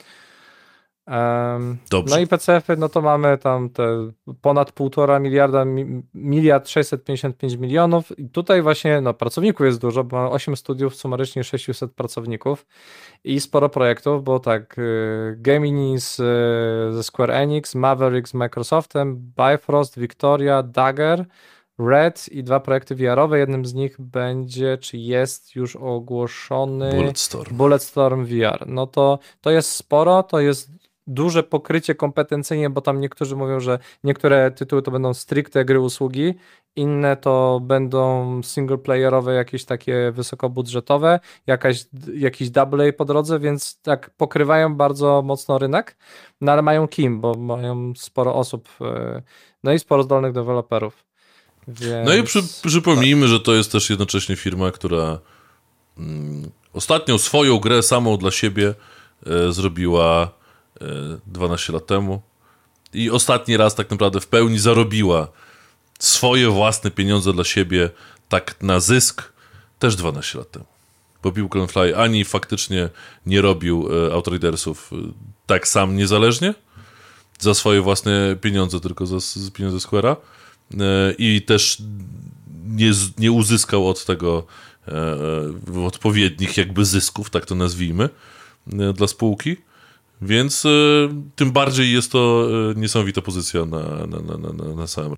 Um, no i P C F-y, no to mamy tam te ponad półtora miliarda, miliard sześćset pięćdziesiąt pięć milionów i tutaj właśnie no, pracowników jest dużo, bo mamy osiem studiów, sumarycznie sześćset pracowników i sporo projektów, bo tak y, Gemini z, y, ze Square Enix, Maverick z Microsoftem, Bifrost, Victoria, Dagger, Red i dwa projekty V R-owe, jednym z nich będzie, czy jest już ogłoszony Bulletstorm, Bulletstorm V R. No to, to jest sporo, to jest duże pokrycie kompetencyjnie, bo tam niektórzy mówią, że niektóre tytuły to będą stricte gry usługi, inne to będą singleplayerowe, jakieś takie wysokobudżetowe, jakaś, jakiś double A po drodze, więc tak pokrywają bardzo mocno rynek, no ale mają kim, bo mają sporo osób, no i sporo zdolnych deweloperów. Więc... No i przy, przypomnijmy, tak, że to jest też jednocześnie firma, która mm, ostatnią swoją grę samą dla siebie e, zrobiła dwanaście lat temu i ostatni raz tak naprawdę w pełni zarobiła swoje własne pieniądze dla siebie tak na zysk też dwanaście lat temu. Bo People Can Fly ani faktycznie nie robił e, Outridersów e, tak sam niezależnie za swoje własne pieniądze, tylko za, za pieniądze Square'a e, i też nie, nie uzyskał od tego e, odpowiednich jakby zysków, tak to nazwijmy, e, dla spółki. Więc y, tym bardziej jest to y, niesamowita pozycja na, na, na, na, na samym.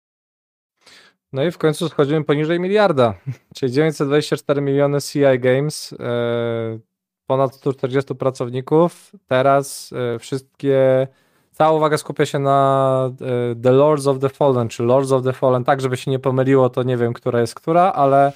No i w końcu schodzimy poniżej miliarda, czyli dziewięćset dwadzieścia cztery miliony C I Games, y, ponad sto czterdzieści pracowników. Teraz y, wszystkie, cała uwaga skupia się na y, The Lords of the Fallen, czy Lords of the Fallen, tak żeby się nie pomyliło, to nie wiem, która jest która, ale...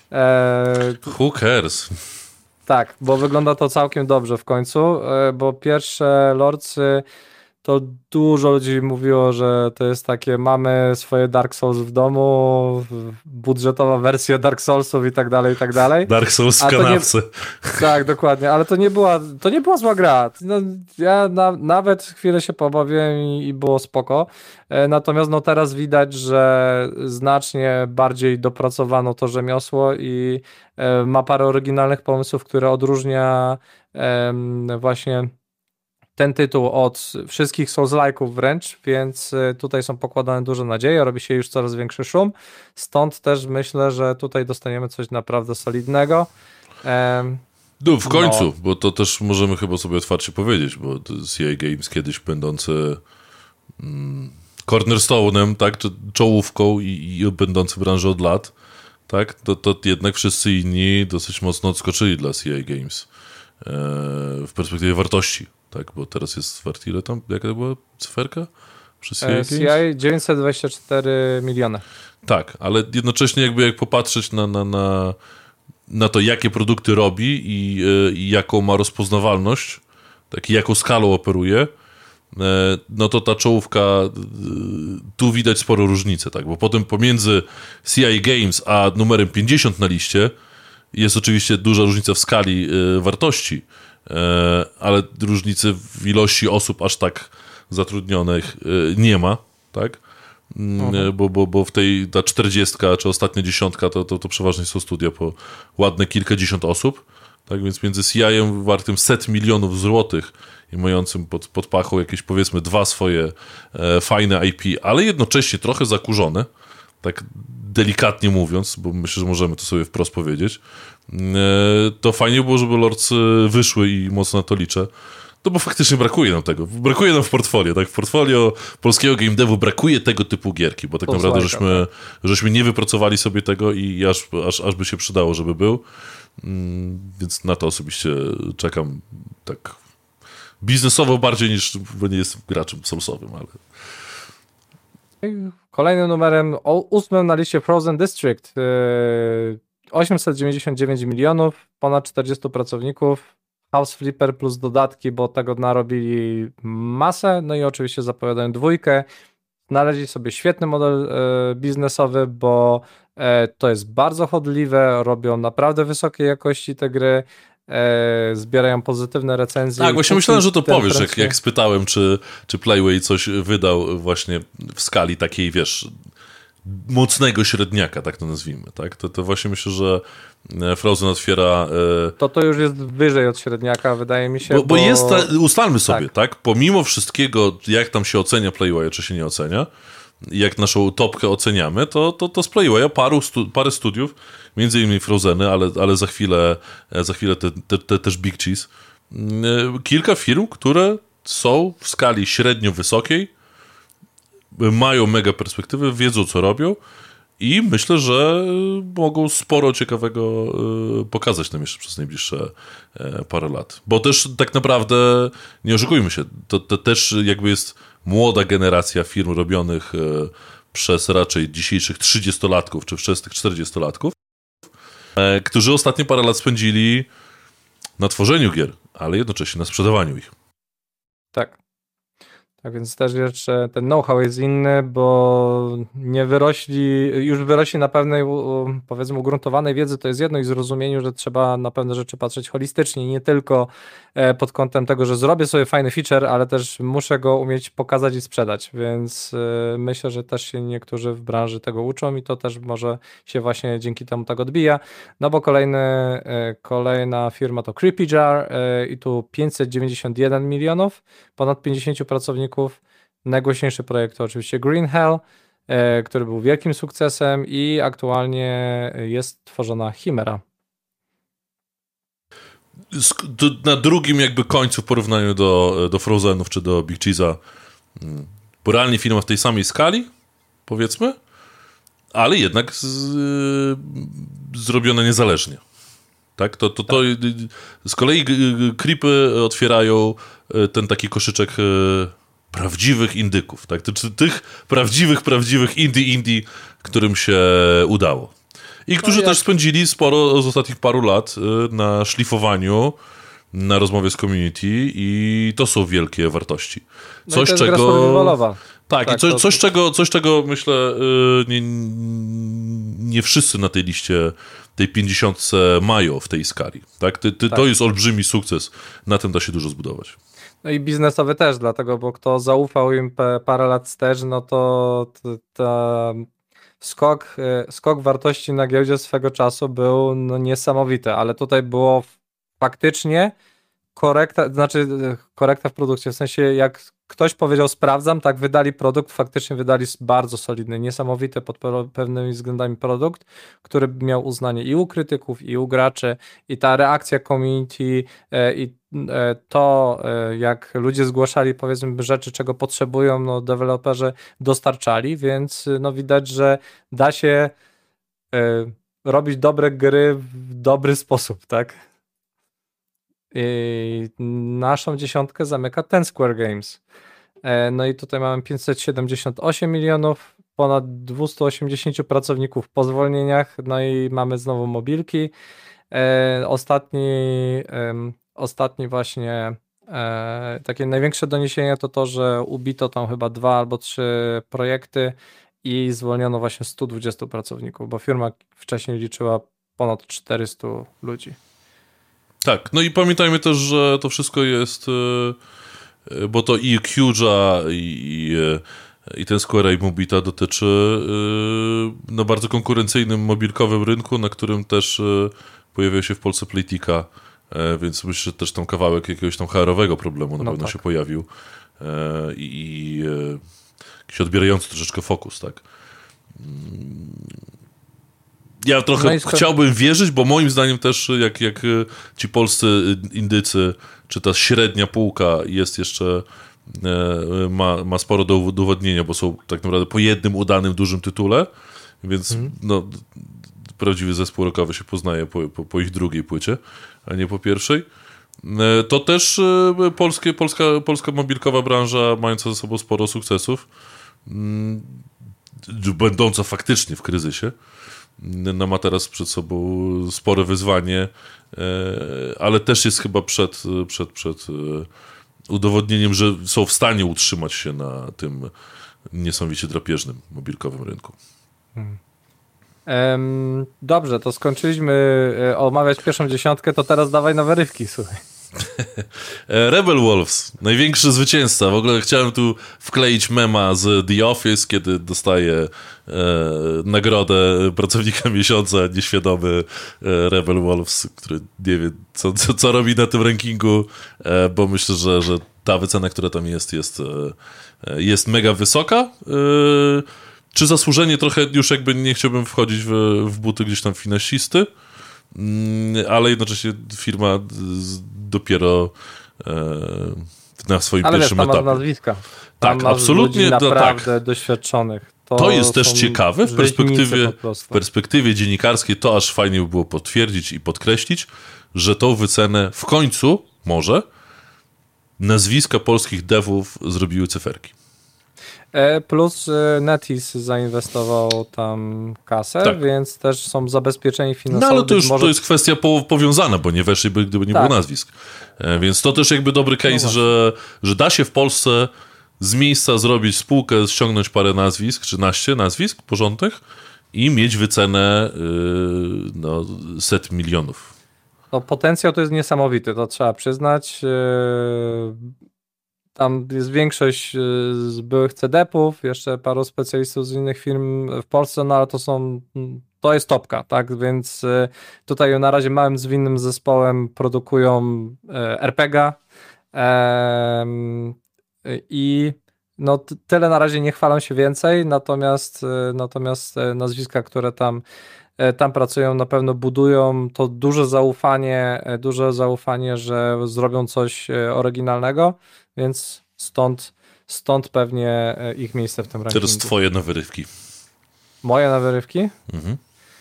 Y, Who cares? Tak, bo wygląda to całkiem dobrze w końcu, bo pierwsze Lordsy to dużo ludzi mówiło, że to jest takie, mamy swoje Dark Souls w domu, budżetowa wersja Dark Soulsów i tak dalej, i tak dalej. Dark Souls w kanapce. Nie, tak, dokładnie, ale to nie była, to nie była zła gra. No, ja na, nawet chwilę się pobawiłem i, i było spoko. Natomiast no teraz widać, że znacznie bardziej dopracowano to rzemiosło i e, ma parę oryginalnych pomysłów, które odróżnia e, właśnie ten tytuł od wszystkich Souls-like'ów wręcz, więc tutaj są pokładane duże nadzieje, robi się już coraz większy szum, stąd też myślę, że tutaj dostaniemy coś naprawdę solidnego. No w końcu, No. bo to też możemy chyba sobie otwarcie powiedzieć, bo C I Games kiedyś będące mm, cornerstone'em, tak, czy czołówką i, i będące w branży od lat, tak, to, to jednak wszyscy inni dosyć mocno odskoczyli dla C I Games e, w perspektywie wartości, tak, bo teraz jest wart ile tam, jaka to była cyferka? Przy C I Games? C I dziewięćset dwadzieścia cztery miliony. Tak, ale jednocześnie jakby jak popatrzeć na, na, na, na to, jakie produkty robi i, i jaką ma rozpoznawalność, tak, i jaką skalą operuje, no to ta czołówka, tu widać sporo różnicy, tak, bo potem pomiędzy C I Games a numerem pięćdziesiąt na liście jest oczywiście duża różnica w skali wartości, ale różnicy w ilości osób aż tak zatrudnionych nie ma, tak, mhm. bo, bo, bo w tej ta czterdziestka czy ostatnia dziesiątka to, to, to przeważnie są studia po ładne kilkadziesiąt osób, tak, więc między C I-em wartym set milionów złotych i mającym pod, pod pachą jakieś powiedzmy dwa swoje e, fajne I P, ale jednocześnie trochę zakurzone, tak delikatnie mówiąc, bo myślę, że możemy to sobie wprost powiedzieć, e, to fajnie było, żeby Lords wyszły i mocno na to liczę. No bo faktycznie brakuje nam tego. Brakuje nam w portfolio, tak? W portfolio polskiego game devu brakuje tego typu gierki, bo tak to naprawdę żeśmy, żeśmy nie wypracowali sobie tego i aż, aż, aż by się przydało, żeby był. Mm, więc na to osobiście czekam tak biznesowo bardziej niż, bo nie jestem graczem soulsowym, ale... Kolejnym numerem, ósmym na liście Frozen District. Yy, osiemset dziewięćdziesiąt dziewięć milionów, ponad czterdziestu pracowników. House Flipper plus dodatki, bo tego narobili masę, no i oczywiście zapowiadają dwójkę. Znaleźli sobie świetny model e, biznesowy, bo e, to jest bardzo chodliwe, robią naprawdę wysokiej jakości te gry, e, zbierają pozytywne recenzje. Tak, właśnie myślałem, że to powiesz, jak, jak spytałem, czy, czy Playway coś wydał właśnie w skali takiej, wiesz, mocnego średniaka, tak to nazwijmy, tak? To, to właśnie myślę, że Frozen otwiera... E... To to już jest wyżej od średniaka, wydaje mi się, Bo, bo, bo... jest, ta, ustalmy sobie, tak. tak? Pomimo wszystkiego, jak tam się ocenia Playwaya, czy się nie ocenia, jak naszą topkę oceniamy, to, to, to z Playwaya paru stu, parę studiów, między innymi Frozeny, ale, ale za chwilę, za chwilę te, te, te też Big Cheese, kilka firm, które są w skali średnio wysokiej, mają mega perspektywy, wiedzą co robią i myślę, że mogą sporo ciekawego pokazać nam jeszcze przez najbliższe parę lat. Bo też tak naprawdę, nie oszukujmy się, to, to też jakby jest młoda generacja firm robionych przez raczej dzisiejszych trzydziestolatków czy wczesnych czterdziestolatków, którzy ostatnie parę lat spędzili na tworzeniu gier, ale jednocześnie na sprzedawaniu ich. Tak. Tak więc też jeszcze ten know-how jest inny, bo nie wyrośli, już wyrośli na pewnej, powiedzmy, ugruntowanej wiedzy, to jest jedno, i zrozumieniu, że trzeba na pewne rzeczy patrzeć holistycznie, nie tylko pod kątem tego, że zrobię sobie fajny feature, ale też muszę go umieć pokazać i sprzedać, więc myślę, że też się niektórzy w branży tego uczą i to też może się właśnie dzięki temu tak odbija. No bo kolejny, kolejna firma to Creepy Jar i tu pięćset dziewięćdziesiąt jeden milionów, ponad pięćdziesięciu pracowników. Najgłośniejszy projekt to oczywiście Green Hell, e, który był wielkim sukcesem i aktualnie jest tworzona Chimera. Na drugim jakby końcu w porównaniu do, do Frozenów czy do Big Cheese'a, bo realnie firma w tej samej skali, powiedzmy, ale jednak z, y, zrobione niezależnie. Tak? To, to, to z kolei Creepy otwierają ten taki koszyczek prawdziwych indyków, tak? Tych prawdziwych, prawdziwych indie indie, którym się udało. I którzy no też spędzili sporo z ostatnich paru lat na szlifowaniu, na rozmowie z community i to są wielkie wartości. Coś, no czego... Tak, tak, i coś, to... coś, czego, coś, czego myślę nie, nie wszyscy na tej liście, tej pięćdziesiątce mają w tej skali. Tak? Ty, ty, tak. To jest olbrzymi sukces, na tym da się dużo zbudować. No i biznesowy też, dlatego, bo kto zaufał im parę lat wstecz, no to ta skok, skok wartości na giełdzie swego czasu był no, niesamowity, ale tutaj było faktycznie korekta, znaczy korekta w produkcji, w sensie jak ktoś powiedział sprawdzam, tak, wydali produkt, faktycznie wydali bardzo solidny, niesamowity pod pewnymi względami produkt, który miał uznanie i u krytyków, i u graczy, i ta reakcja community, i to, jak ludzie zgłaszali, powiedzmy, rzeczy, czego potrzebują, no deweloperzy dostarczali, więc no widać, że da się robić dobre gry w dobry sposób, tak? I naszą dziesiątkę zamyka Ten Square Games. No i tutaj mamy pięćset siedemdziesiąt osiem milionów, ponad dwieście osiemdziesiąt pracowników po zwolnieniach, no i mamy znowu mobilki. Ostatni, ostatni właśnie takie największe doniesienie to to, że ubito tam chyba dwa albo trzy projekty i zwolniono właśnie stu dwudziestu pracowników, bo firma wcześniej liczyła ponad czterysta ludzi. Tak, no i pamiętajmy też, że to wszystko jest, bo to i Huge'a i, i ten Square'a i Mobita dotyczy no bardzo konkurencyjnym mobilkowym rynku, na którym też pojawił się w Polsce Playtika, więc myślę, że też tam kawałek jakiegoś tam H R-owego problemu na no pewno tak. się pojawił i, i jakiś odbierający troszeczkę fokus, tak. Ja trochę no skoro... chciałbym wierzyć, bo moim zdaniem też jak, jak ci polscy indycy, czy ta średnia półka jest jeszcze, ma, ma sporo do udowodnienia, bo są tak naprawdę po jednym udanym, dużym tytule, więc mm. no, prawdziwy zespół rockowy się poznaje po, po, po ich drugiej płycie, a nie po pierwszej. To też polskie, polska, polska mobilkowa branża mająca ze sobą sporo sukcesów, będąca faktycznie w kryzysie, no ma teraz przed sobą spore wyzwanie, ale też jest chyba przed, przed, przed udowodnieniem, że są w stanie utrzymać się na tym niesamowicie drapieżnym mobilkowym rynku. Hmm. Um, dobrze, to skończyliśmy omawiać pierwszą dziesiątkę, to teraz dawaj na wyrywki, słuchaj. Rebel Wolves, największy zwycięzca. W ogóle chciałem tu wkleić mema z The Office, kiedy dostaje e, nagrodę pracownika miesiąca, nieświadomy e, Rebel Wolves, który nie wie, co, co, co robi na tym rankingu, e, bo myślę, że, że ta wycena, która tam jest, jest, e, jest mega wysoka. E, czy zasłużenie trochę, już jakby nie chciałbym wchodzić w, w buty gdzieś tam finansisty, ale jednocześnie firma dopiero e, na swoim ale pierwszym wiesz, tam etapie. masz nazwiska. Tam tak, absolutnie. Ludzi naprawdę tak. doświadczonych. To, to jest też ciekawe w perspektywie, w perspektywie dziennikarskiej, to aż fajnie by było potwierdzić i podkreślić, że tą wycenę w końcu może nazwiska polskich devów zrobiły cyferki. Plus NetEase zainwestował tam kasę, tak. więc też są zabezpieczeni finansowo. No ale to już może... to jest kwestia po, powiązana, bo nie weszliby, gdyby nie tak. było nazwisk. Więc to też jakby dobry case, no że, że da się w Polsce z miejsca zrobić spółkę, ściągnąć parę nazwisk, trzynaście nazwisk porządnych i mieć wycenę yy, no, set milionów. No, potencjał to jest niesamowity, to trzeba przyznać. Yy... Tam jest większość z byłych C D P-ów, jeszcze paru specjalistów z innych firm w Polsce, no ale to są, to jest topka, tak, więc tutaj na razie małym, zwinnym zespołem produkują R P G i no tyle na razie, nie chwalą się więcej, natomiast, natomiast nazwiska, które tam tam pracują, na pewno budują to duże zaufanie, duże zaufanie, że zrobią coś oryginalnego, więc stąd, stąd pewnie ich miejsce w tym rankingu. Teraz twoje na wyrywki. Moje na wyrywki? Mhm.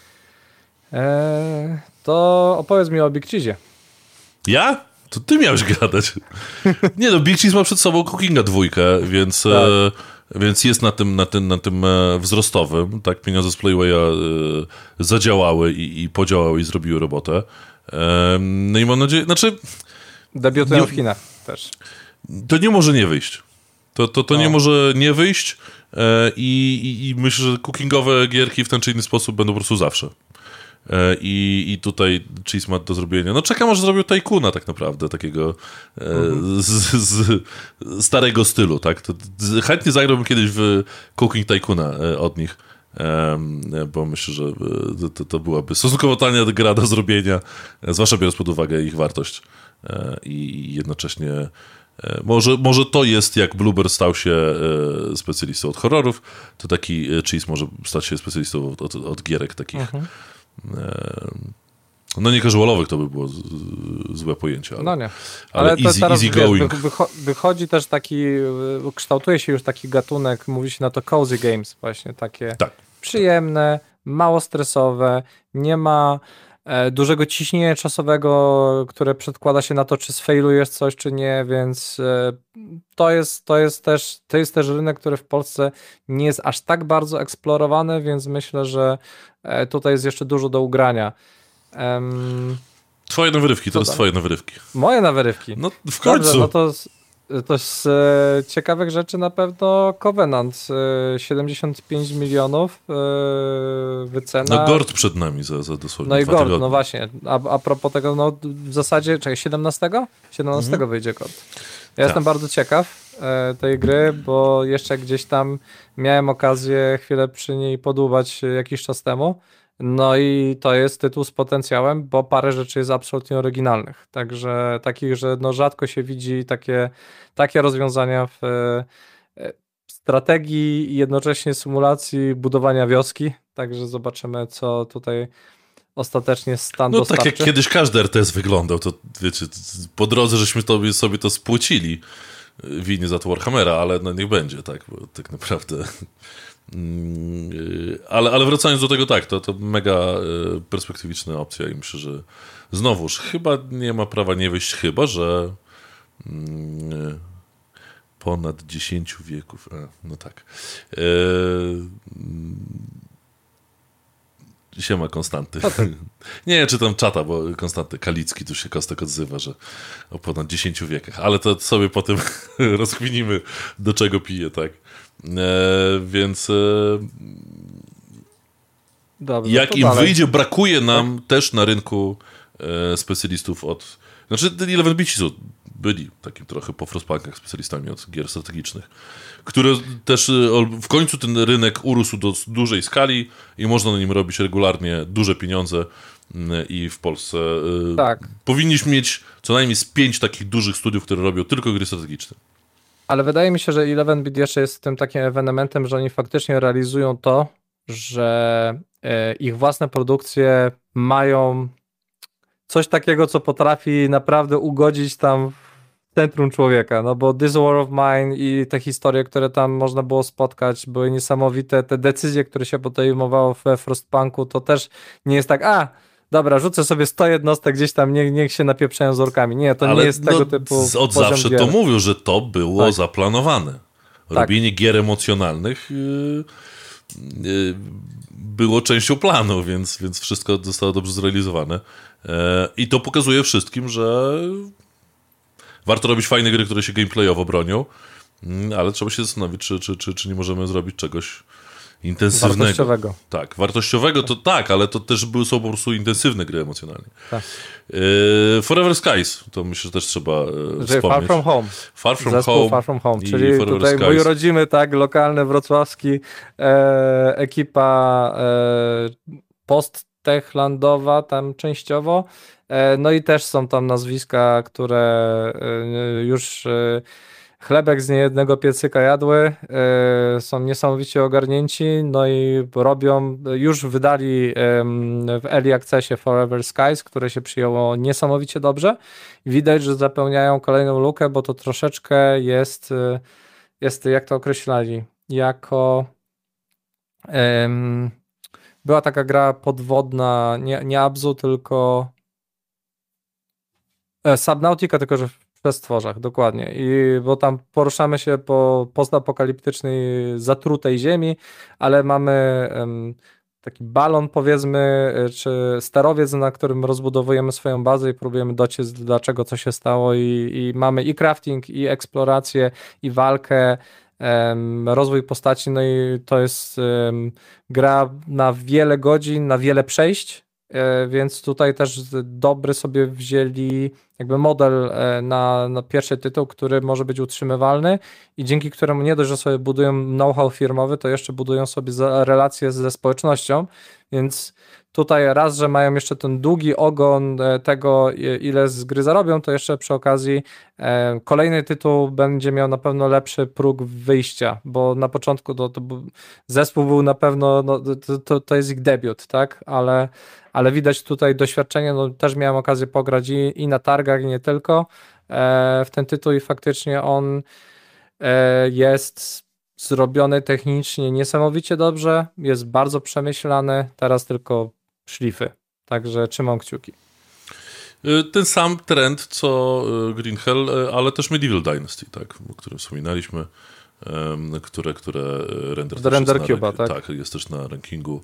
Eee, to opowiedz mi o Big Cheese'ie. Ja? To ty miałeś gadać. Nie no, Big Cheese ma przed sobą Cookinga dwójkę, więc... Tak. E... Więc jest na tym, na tym, na tym wzrostowym, tak, pieniądze z Playwaya e, zadziałały i, i podziałały i zrobiły robotę. E, no i mam nadzieję, znaczy... Debiutują nie, w Chinach też. To nie może nie wyjść. To, to, to nie może nie wyjść e, i, i, i myślę, że cookingowe gierki w ten czy inny sposób będą po prostu zawsze. I, i tutaj Cheese ma do zrobienia. No czekam, aż zrobił Tycoona tak naprawdę, takiego mhm. z, z starego stylu, tak? To chętnie zagrałbym kiedyś w Cooking Tycoona od nich, bo myślę, że to, to byłaby stosunkowo tania gra do zrobienia, zwłaszcza biorąc pod uwagę ich wartość i jednocześnie Może, może to jest, jak Bloober stał się e, specjalistą od horrorów, to taki Cheese może stać się specjalistą od, od, od gierek takich. Mhm. E, no nie casualowych, to by było z, złe pojęcie. Ale, no nie. Ale, ale easy, teraz, easy wiesz, going. Wycho- wychodzi też taki, kształtuje się już taki gatunek, mówi się na to cozy games właśnie, takie tak. przyjemne, mało stresowe, nie ma e, dużego ciśnienia czasowego, które przedkłada się na to, czy sfailujesz coś, czy nie, więc e, to jest, to jest też, to jest też rynek, który w Polsce nie jest aż tak bardzo eksplorowany, więc myślę, że e, tutaj jest jeszcze dużo do ugrania. Um, Twoje nawyrywki, teraz twoje nawyrywki. Moje nawyrywki? No w końcu. Dobrze, no to z, to z e, ciekawych rzeczy na pewno Covenant. E, siedemdziesiąt pięć milionów e, wycena. No Gord przed nami za, za dosłownie No i dwa Gord, tygodnie. no właśnie. A, a propos tego, no w zasadzie, czekaj, siedemnastego? siedemnastego mhm. wyjdzie Gord. Ja tak. jestem bardzo ciekaw e, tej gry, bo jeszcze gdzieś tam miałem okazję chwilę przy niej podłubać jakiś czas temu. No i to jest tytuł z potencjałem, bo parę rzeczy jest absolutnie oryginalnych. Także takich, że no rzadko się widzi takie, takie rozwiązania w e, strategii i jednocześnie symulacji budowania wioski. Także zobaczymy, co tutaj ostatecznie stan no dostarczy. Tak jak kiedyś każdy R T S wyglądał, to wiecie, po drodze żeśmy to, sobie to spłucili winy za to Warhammera, ale no niech będzie, tak, bo tak naprawdę... Ale, ale wracając do tego, tak, to, to mega perspektywiczna opcja i myślę, że znowuż chyba nie ma prawa nie wyjść, chyba że mm, ponad dziesięć wieków. A, no tak. E, siema Konstanty. Nie, czytam czata, bo Konstanty Kalicki tu się Kostek odzywa, że o ponad dziesięciu wiekach, ale to sobie potem rozkminimy, do czego pije, tak. E, więc e, Dobrze, jak im dalej. wyjdzie, brakuje nam tak? też na rynku e, specjalistów od... Znaczy Eleven Beach byli takim trochę po Frostpunkach specjalistami od gier strategicznych, które też e, w końcu ten rynek urósł do dużej skali i można na nim robić regularnie duże pieniądze e, i w Polsce e, tak. powinniśmy mieć co najmniej z pięć takich dużych studiów, które robią tylko gry strategiczne. Ale wydaje mi się, że Eleven Beat jeszcze jest tym takim ewenementem, że oni faktycznie realizują to, że ich własne produkcje mają coś takiego, co potrafi naprawdę ugodzić tam w centrum człowieka, no bo This War of Mine i te historie, które tam można było spotkać, były niesamowite, te decyzje, które się podejmowało we Frostpunku, to też nie jest tak, a dobra, rzucę sobie sto jednostek gdzieś tam, niech, niech się napieprzają z orkami. Nie, to Ale nie jest no, tego typu od zawsze gier. to mówią, że to było tak. zaplanowane. Robienie tak. gier emocjonalnych yy, yy, było częścią planu, więc, więc wszystko zostało dobrze zrealizowane. Yy, I to pokazuje wszystkim, że warto robić fajne gry, które się gameplayowo bronią, yy, ale trzeba się zastanowić, czy, czy, czy, czy nie możemy zrobić czegoś intensywnego. Wartościowego. Tak, wartościowego to tak, ale to też były, są po prostu intensywne gry emocjonalnie. Tak. E, Forever Skies, to myślę, że też trzeba e, wspomnieć. Far From Home. Far From Zespół Home. Far From Home, czyli Forever tutaj Skies. mój rodzimy, tak, lokalny, wrocławski, e, ekipa e, post-techlandowa tam częściowo. E, no i też są tam nazwiska, które e, już... E, chlebek z niejednego piecyka jadły, yy, są niesamowicie ogarnięci, no i robią, już wydali yy, w Early Accessie Forever Skies, które się przyjęło niesamowicie dobrze. Widać, że zapełniają kolejną lukę, bo to troszeczkę jest, yy, jest jak to określali, jako yy, była taka gra podwodna, nie, nie Abzu, tylko e, Subnautica, tylko że w przestworzach, dokładnie. I bo tam poruszamy się po postapokaliptycznej, zatrutej ziemi, ale mamy um, taki balon, powiedzmy, czy sterowiec, na którym rozbudowujemy swoją bazę i próbujemy dociec, dlaczego co się stało i, i mamy i crafting, i eksplorację, i walkę, um, rozwój postaci, no i to jest um, gra na wiele godzin, na wiele przejść, więc tutaj też dobry sobie wzięli jakby model na, na pierwszy tytuł, który może być utrzymywalny i dzięki któremu nie dość, że sobie budują know-how firmowy, to jeszcze budują sobie relacje ze społecznością, więc tutaj raz, że mają jeszcze ten długi ogon tego, ile z gry zarobią, to jeszcze przy okazji e, kolejny tytuł będzie miał na pewno lepszy próg wyjścia, bo na początku to, to był, zespół był na pewno, no, to, to, to jest ich debiut, tak, ale, ale widać tutaj doświadczenie, no też miałem okazję pograć i, i na targach, i nie tylko e, w ten tytuł i faktycznie on e, jest zrobiony technicznie niesamowicie dobrze, jest bardzo przemyślany, teraz tylko szlify, także trzymam kciuki. Ten sam trend co Green Hell, ale też Medieval Dynasty, tak, o którym wspominaliśmy, które, które Render, Do Render Cube'a, tak? Tak, jest też na rankingu.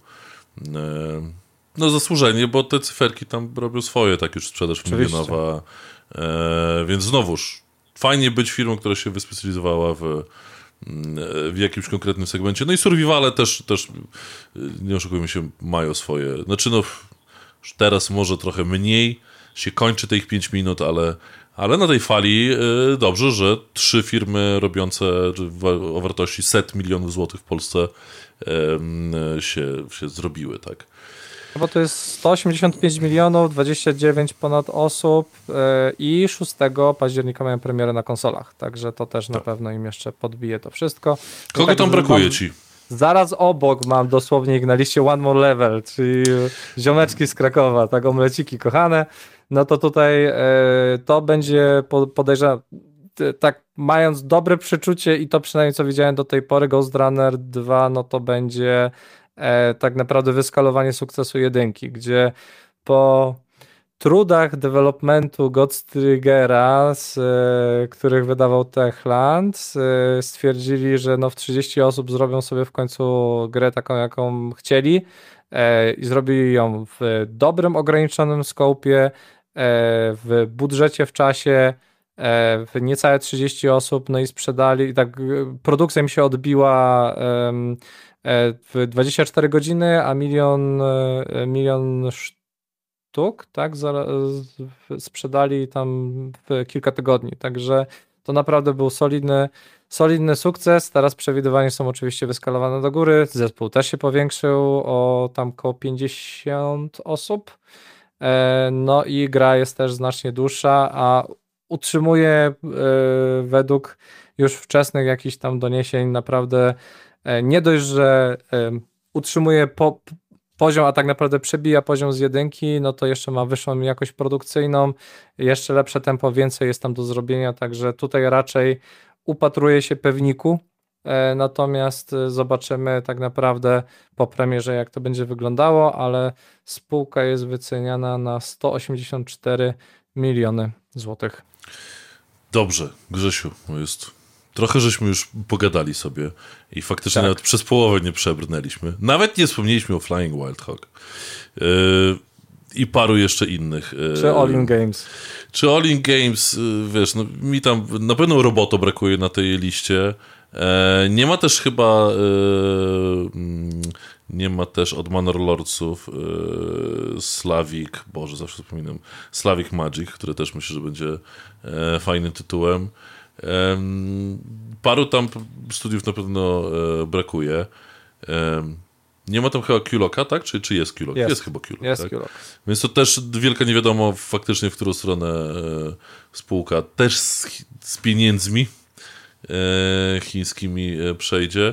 No zasłużenie, bo te cyferki tam robią swoje, tak już sprzedaż milionowa, więc znowuż fajnie być firmą, która się wyspecjalizowała w w jakimś konkretnym segmencie. No i survivale też, też nie oszukujmy się, mają swoje. Znaczy no, już teraz może trochę mniej się kończy te ich pięć minut, ale, ale na tej fali yy, dobrze, że trzy firmy robiące o wartości set milionów złotych w Polsce yy, się, się zrobiły, tak. Bo to jest sto osiemdziesiąt pięć milionów, dwadzieścia dziewięć ponad osób yy, i szóstego października mają premierę na konsolach, także to też tak. Na pewno im jeszcze podbije to wszystko. Kogo tak, tam brakuje mam, ci? Zaraz obok mam dosłownie ich na liście One More Level, czyli ziomeczki z Krakowa, tak, omleciki kochane, no to tutaj yy, to będzie podejrzewam, tak mając dobre przeczucie i to przynajmniej co widziałem do tej pory, Ghost Runner dwa, no to będzie E, tak naprawdę wyskalowanie sukcesu jedynki, gdzie po trudach developmentu Godstriggera, z e, których wydawał Techland, e, stwierdzili, że no w trzydzieści osób zrobią sobie w końcu grę taką, jaką chcieli e, i zrobili ją w dobrym, ograniczonym skopie, e, w budżecie, w czasie, e, w niecałe trzydzieści osób, no i sprzedali, i tak produkcja mi się odbiła e, w dwadzieścia cztery godziny, a milion, milion sztuk, tak, sprzedali tam w kilka tygodni, także to naprawdę był solidny, solidny sukces. Teraz przewidywania są oczywiście wyskalowane do góry, zespół też się powiększył o tam około pięćdziesiąt osób, no i gra jest też znacznie dłuższa, a utrzymuje według już wczesnych jakichś tam doniesień naprawdę nie dość, że um, utrzymuje po, poziom, a tak naprawdę przebija poziom z jedynki, no to jeszcze ma wyższą jakość produkcyjną, jeszcze lepsze tempo, więcej jest tam do zrobienia, także tutaj raczej upatruję się pewniku, e, natomiast zobaczymy tak naprawdę po premierze, jak to będzie wyglądało, ale spółka jest wyceniana na sto osiemdziesiąt cztery miliony złotych. Dobrze, Grzesiu, jest... Trochę żeśmy już pogadali sobie i faktycznie tak. Nawet przez połowę nie przebrnęliśmy. Nawet nie wspomnieliśmy o Flying Wild Hog. Yy, I paru jeszcze innych. Yy, czy All In Games. Czy All In Games, yy, wiesz, no, mi tam na pewno Roboto brakuje na tej liście. Yy, nie ma też chyba yy, nie ma też od Manor Lordsów yy, Slavic, Boże, zawsze zapominam, Slavic Magic, który też myślę, że będzie yy, fajnym tytułem. Um, paru tam studiów na pewno e, brakuje. Um, nie ma tam chyba Q-Locka, tak? Czy, czy jest Q-Lock? Jest, jest chyba Q-Lock, jest tak? Q-Lock. Więc to też wielka nie wiadomo faktycznie, w którą stronę e, spółka też z, z pieniędzmi e, chińskimi e, przejdzie.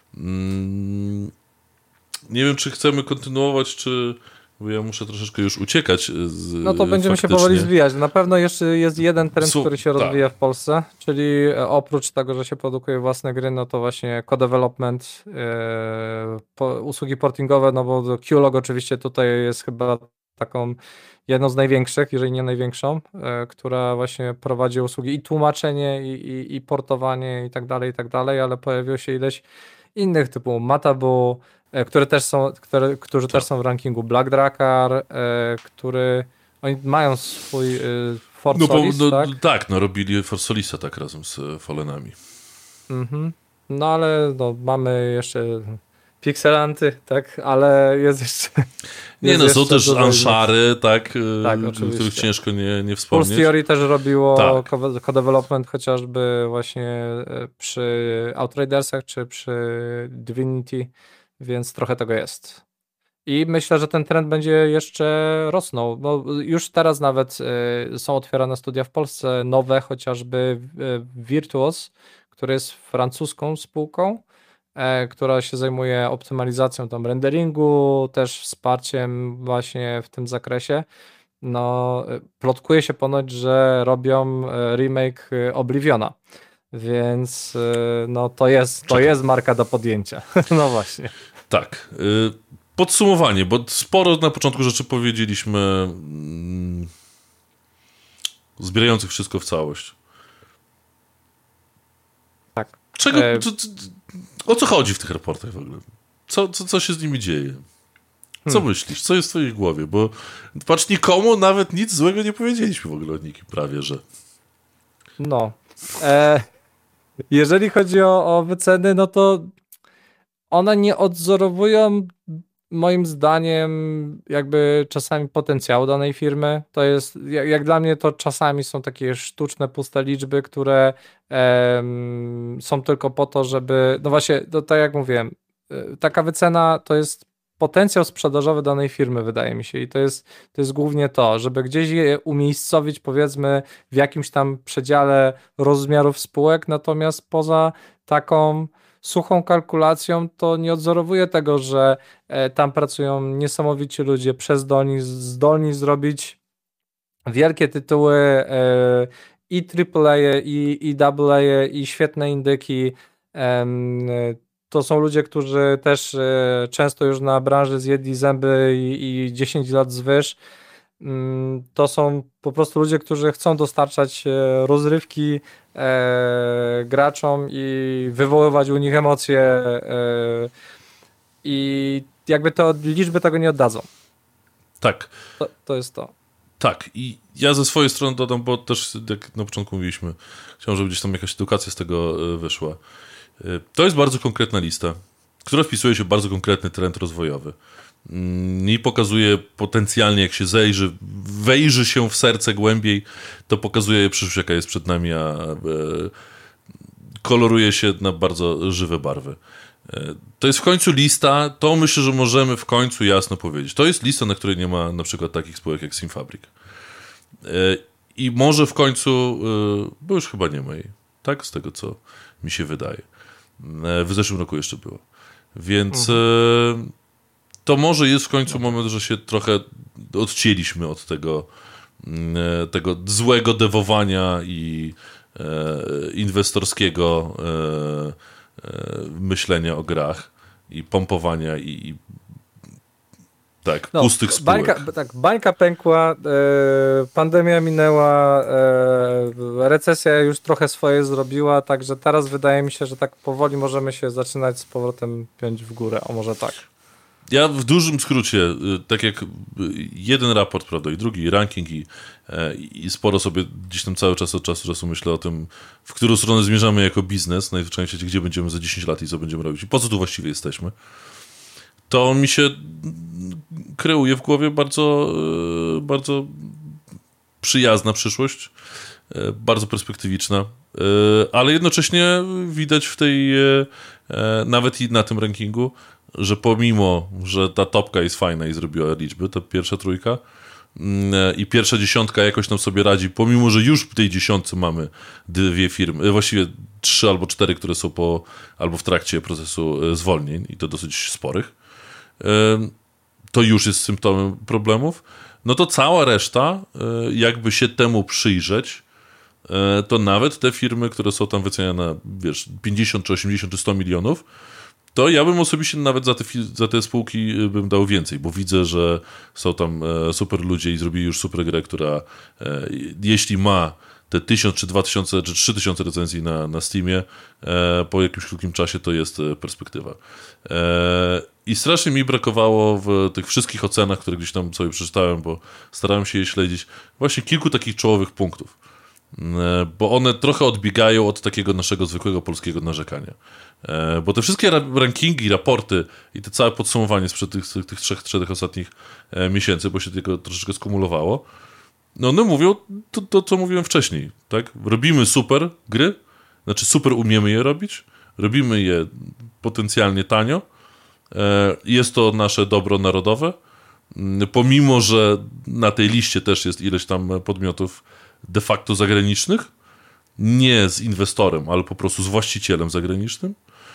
Mm, nie wiem, czy chcemy kontynuować, czy... Bo ja muszę troszeczkę już uciekać. Z, no to będziemy faktycznie. się powoli zwijać. Na pewno jeszcze jest jeden trend, Su- który się tak. rozwija w Polsce, czyli oprócz tego, że się produkuje własne gry, no to właśnie co-development, yy, po, usługi portingowe, no bo Q-Log oczywiście tutaj jest chyba taką jedną z największych, jeżeli nie największą, yy, która właśnie prowadzi usługi i tłumaczenie, i, i, i portowanie i tak dalej, i tak dalej, ale pojawiło się ileś innych typu Matabu, które też są, które, którzy też są w rankingu Black Drakkar, e, który oni mają swój e, For no, Solis, bo, no, tak? Tak, no robili For Solisa tak razem z Fallenami. Mhm. No ale no, mamy jeszcze Pixelanty, tak, ale jest jeszcze... Nie jest no, są jeszcze też dużo Anshary, tak, Tak, o oczywiście. których ciężko nie, nie wspomnieć. Pulse Theory też robiło Tak. co- co-development chociażby właśnie e, przy Outridersach czy przy Divinity, więc trochę tego jest. I myślę, że ten trend będzie jeszcze rosnął. No, już teraz nawet e, są otwierane studia w Polsce, nowe, chociażby e, Virtuos, który jest francuską spółką, e, która się zajmuje optymalizacją tam renderingu, też wsparciem właśnie w tym zakresie. No, e, plotkuje się ponoć, że robią e, remake e, Obliviona, więc e, no to jest, to Czekam. jest marka do podjęcia. No właśnie. Tak. y, Podsumowanie, bo sporo na początku rzeczy powiedzieliśmy mm, zbierających wszystko w całość. Tak. Czego, E, co, co, o co chodzi w tych raportach w ogóle? Co, co, co się z nimi dzieje? Co Hmm. myślisz? Co jest w twojej głowie? Bo patrz, nikomu nawet nic złego nie powiedzieliśmy w ogóle o nikim, prawie, że. No. E, jeżeli chodzi o, o wyceny, no to one nie odzorowują moim zdaniem jakby czasami potencjału danej firmy. To jest, jak, jak dla mnie to czasami są takie sztuczne, puste liczby, które em, są tylko po to, żeby, no właśnie, to, tak jak mówiłem, y, taka wycena to jest potencjał sprzedażowy danej firmy, wydaje mi się, i to jest, to jest głównie to, żeby gdzieś je umiejscowić, powiedzmy, w jakimś tam przedziale rozmiarów spółek, natomiast poza taką suchą kalkulacją to nie odzorowuje tego, że e, tam pracują niesamowici ludzie, przezdolni, zdolni zrobić wielkie tytuły e, i triple A, i, i double A, i świetne indyki. Em, to są ludzie, którzy też e, często już na branży zjedli zęby i, i dziesięć lat zwyż. Mm, To są po prostu ludzie, którzy chcą dostarczać e, rozrywki e, graczom i wywoływać u nich emocje e, i jakby to liczby tego nie oddadzą. Tak. To, to jest to. Tak, i ja ze swojej strony dodam, bo też jak na początku mówiliśmy, chciałem, żeby gdzieś tam jakaś edukacja z tego e, wyszła. E, To jest bardzo konkretna lista, która wpisuje się w bardzo konkretny trend rozwojowy. Mm, I pokazuje potencjalnie, jak się zejrzy, wejrzy się w serce głębiej, to pokazuje przyszłość, jaka jest przed nami, a e, koloruje się na bardzo żywe barwy. E, To jest w końcu lista, to myślę, że możemy w końcu jasno powiedzieć. To jest lista, na której nie ma na przykład takich spółek jak Simfabrik. E, I może w końcu, e, bo już chyba nie ma jej, tak? Z tego, co mi się wydaje. E, W zeszłym roku jeszcze było. Więc mhm. to może jest w końcu moment, że się trochę odcięliśmy od tego, tego złego dewowania i inwestorskiego myślenia o grach i pompowania i, i tak, no, pustych spółek. Bańka, tak, bańka pękła, e, pandemia minęła, e, recesja już trochę swoje zrobiła, także teraz wydaje mi się, że tak powoli możemy się zaczynać z powrotem piąć w górę, o może tak. Ja w dużym skrócie, tak jak jeden raport, prawda, i drugi ranking i, i sporo sobie gdzieś tam cały czas od czasu do czasu myślę o tym, w którą stronę zmierzamy jako biznes, najzwyczajniej w świecie, gdzie będziemy za dziesięć lat i co będziemy robić i po co tu właściwie jesteśmy, to mi się kreuje w głowie bardzo, bardzo przyjazna przyszłość, bardzo perspektywiczna, ale jednocześnie widać w tej, nawet i na tym rankingu, że pomimo, że ta topka jest fajna i zrobiła liczby, ta pierwsza trójka i pierwsza dziesiątka jakoś tam sobie radzi, pomimo, że już w tej dziesiątce mamy dwie firmy, właściwie trzy albo cztery, które są po, albo w trakcie procesu zwolnień i to dosyć sporych, to już jest symptomem problemów, no to cała reszta, jakby się temu przyjrzeć, to nawet te firmy, które są tam wyceniane na, wiesz, pięćdziesiąt czy osiemdziesiąt czy sto milionów, to ja bym osobiście nawet za te, za te spółki bym dał więcej, bo widzę, że są tam super ludzie i zrobili już super grę, która jeśli ma te tysiąc, czy dwa tysiące, czy trzy tysiące recenzji na, na Steamie, po jakimś krótkim czasie to jest perspektywa. I strasznie mi brakowało w tych wszystkich ocenach, które gdzieś tam sobie przeczytałem, bo starałem się je śledzić, właśnie kilku takich czołowych punktów. bo one trochę odbiegają od takiego naszego zwykłego polskiego narzekania. Bo te wszystkie rankingi, raporty i te całe podsumowanie sprzed tych, tych trzech, czterech ostatnich miesięcy, bo się tego troszeczkę skumulowało, no one mówią to, to, co mówiłem wcześniej, tak? Robimy super gry, znaczy super umiemy je robić, robimy je potencjalnie tanio, jest to nasze dobro narodowe, pomimo, że na tej liście też jest ileś tam podmiotów de facto zagranicznych, nie z inwestorem, ale po prostu z właścicielem zagranicznym,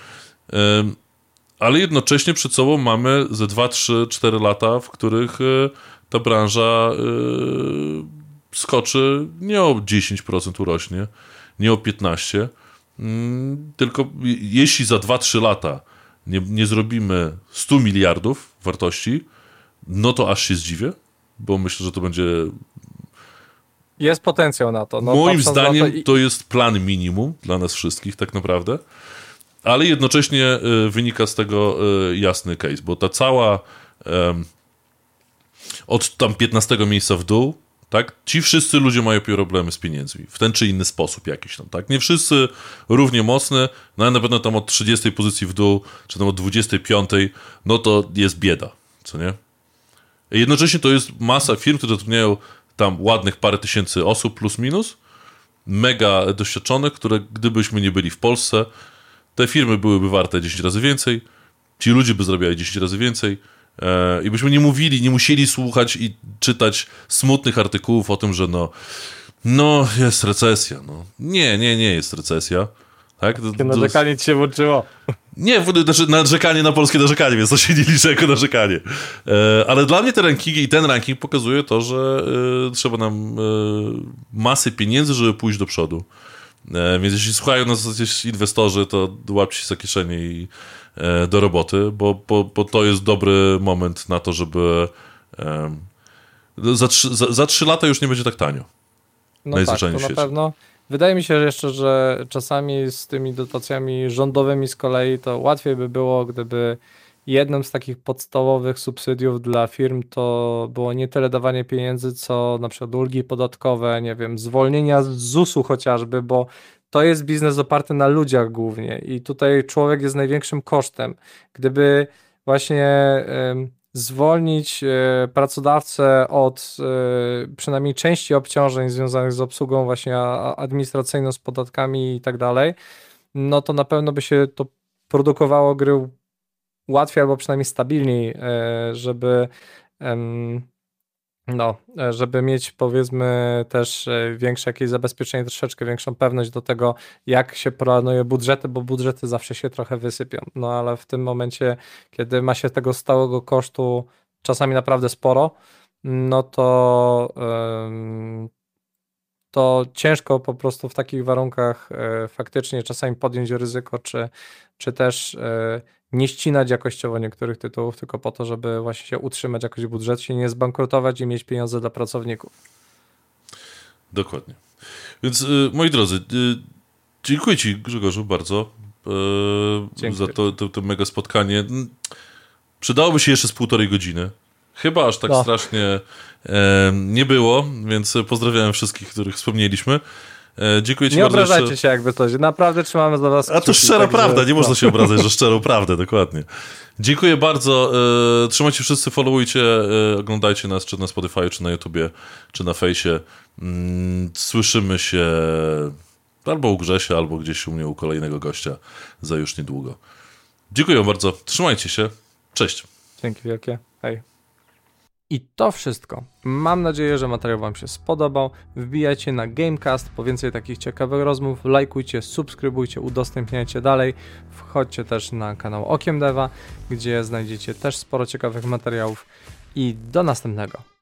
ale jednocześnie przed sobą mamy ze dwa, trzy, cztery lata, w których ta branża skoczy, nie o dziesięć procent urośnie, nie o piętnaście procent, tylko jeśli za dwa, trzy lata nie, nie zrobimy stu miliardów wartości, no to aż się zdziwię, bo myślę, że to będzie... Jest potencjał na to. No, moim zdaniem to, i... to jest plan minimum dla nas wszystkich tak naprawdę, ale jednocześnie y, wynika z tego y, jasny case, bo ta cała y, od tam piętnastego miejsca w dół, tak, ci wszyscy ludzie mają problemy z pieniędzmi, w ten czy inny sposób jakiś tam, tak, nie wszyscy równie mocne, no ale na pewno tam od trzydziestej pozycji w dół, czy tam od dwudziestej piątej, no to jest bieda, co nie? Jednocześnie to jest masa firm, które zatrudniają tam ładnych parę tysięcy osób plus minus, mega doświadczonych, które gdybyśmy nie byli w Polsce, te firmy byłyby warte dziesięć razy więcej, ci ludzie by zarabiali dziesięć razy więcej e, i byśmy nie mówili, nie musieli słuchać i czytać smutnych artykułów o tym, że no, no jest recesja. No. Nie, nie, nie jest recesja. Tak? Takie narzekanie ci się włączyło. Nie, znaczy narzekanie na polskie narzekanie, więc to się nie liczy jako narzekanie. E, ale dla mnie te rankingi i ten ranking pokazuje to, że e, trzeba nam e, masy pieniędzy, żeby pójść do przodu. E, więc jeśli słuchają nas jakieś inwestorzy, to łapcie się za kieszenie i e, do roboty, bo, bo, bo to jest dobry moment na to, żeby e, za, trzy, za, za trzy lata już nie będzie tak tanio. No tak, to na pewno. Wydaje mi się że jeszcze, że czasami z tymi dotacjami rządowymi z kolei to łatwiej by było, gdyby jednym z takich podstawowych subsydiów dla firm to było nie tyle dawanie pieniędzy, co na przykład ulgi podatkowe, nie wiem, zwolnienia z zusu chociażby, bo to jest biznes oparty na ludziach głównie i tutaj człowiek jest największym kosztem. Gdyby właśnie y, zwolnić y, pracodawcę od y, przynajmniej części obciążeń związanych z obsługą właśnie administracyjną, z podatkami i tak dalej, no to na pewno by się to produkowało gry łatwiej albo przynajmniej stabilniej, żeby no, żeby mieć powiedzmy też większe jakieś zabezpieczenie, troszeczkę większą pewność do tego, jak się planuje budżety, bo budżety zawsze się trochę wysypią, no ale w tym momencie, kiedy ma się tego stałego kosztu czasami naprawdę sporo, no to to ciężko po prostu w takich warunkach faktycznie czasami podjąć ryzyko, czy, czy też nie ścinać jakościowo niektórych tytułów, tylko po to, żeby właśnie się utrzymać jakoś w budżecie, nie zbankrutować i mieć pieniądze dla pracowników. Dokładnie. Więc y, moi drodzy, y, dziękuję Ci, Grzegorzu, bardzo y, za to, to, to mega spotkanie. Przydałoby się jeszcze z półtorej godziny. Chyba aż tak no. strasznie e, nie było, więc pozdrawiam wszystkich, których wspomnieliśmy. E, dziękuję Ci nie bardzo. Nie obrażajcie jeszcze... się jakby coś, naprawdę trzymamy za was. A to szczera tak, prawda, że... nie no. można się obrażać, że szczerą prawdę, dokładnie. Dziękuję bardzo, e, trzymajcie wszyscy, followujcie, e, oglądajcie nas, czy na Spotify, czy na YouTubie, czy na fejsie. Mm, słyszymy się albo u Grzesia, albo gdzieś u mnie, u kolejnego gościa za już niedługo. Dziękuję bardzo, trzymajcie się, cześć. Dzięki wielkie, hej. I to wszystko. Mam nadzieję, że materiał Wam się spodobał. Wbijajcie na Gamecast po więcej takich ciekawych rozmów. Lajkujcie, subskrybujcie, udostępniajcie dalej. Wchodźcie też na kanał Okiem Deva, gdzie znajdziecie też sporo ciekawych materiałów. I do następnego.